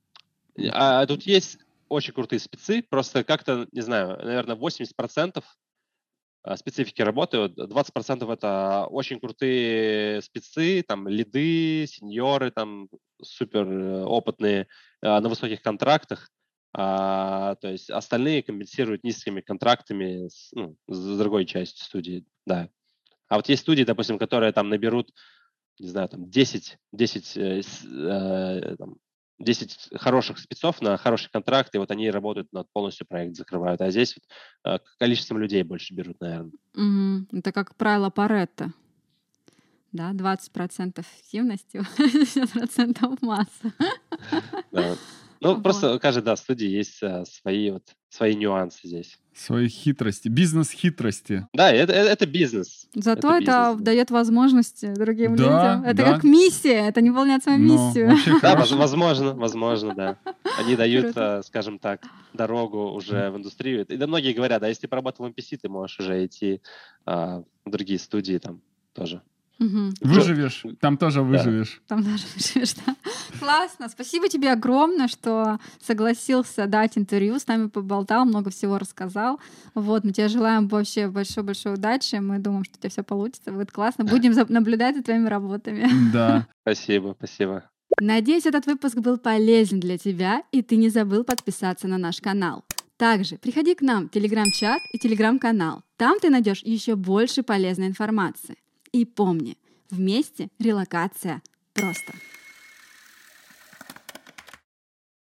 А тут есть очень крутые спецы, просто как-то, не знаю, наверное, восемьдесят процентов а, специфики работы, вот двадцать процентов это очень крутые спецы, там, лиды, сеньоры, там, супер э, опытные а, на высоких контрактах, а, то есть остальные компенсируют низкими контрактами с, ну, с другой частью студии, да. А вот есть студии, допустим, которые там наберут, не знаю, там десять, десять, э, с- э, там, десять хороших спецов на хороший контракт, и вот они работают над полностью проект закрывают. А здесь вот, э, количеством людей больше берут, наверное. Мгм. Это как правило Паретта. Да, двадцать процентов эффективности, шестьдесят процентов масса. Да. Ну, Вот. просто у каждой, да, студии есть э, свои вот свои нюансы здесь. Свои хитрости, бизнес-хитрости. Да, это, это, это бизнес. Зато это, бизнес, да. дает возможности другим Да, людям. Это да. как миссия, это не выполнять свою Но миссию. вообще Да, хорошо. воз- возможно, возможно, да. Они дают, Круто. э, скажем так, дорогу уже в индустрию. И да, многие говорят, да, если ты поработал в эм пи си, ты можешь уже идти а, в другие студии там тоже. Мгм. Выживешь, там тоже выживешь. Там даже выживешь, да. Классно. Спасибо тебе огромное, что согласился дать интервью, с нами поболтал, много всего рассказал. Вот, мы тебе желаем вообще большой-большой удачи. Мы думаем, что у тебя все получится, будет классно. Будем за- наблюдать за твоими работами. Да. Спасибо, спасибо. Надеюсь, этот выпуск был полезен для тебя, и ты не забыл подписаться на наш канал. Также приходи к нам в Телеграм-чат и Телеграм-канал. Там ты найдешь еще больше полезной информации. И помни, вместе релокация просто.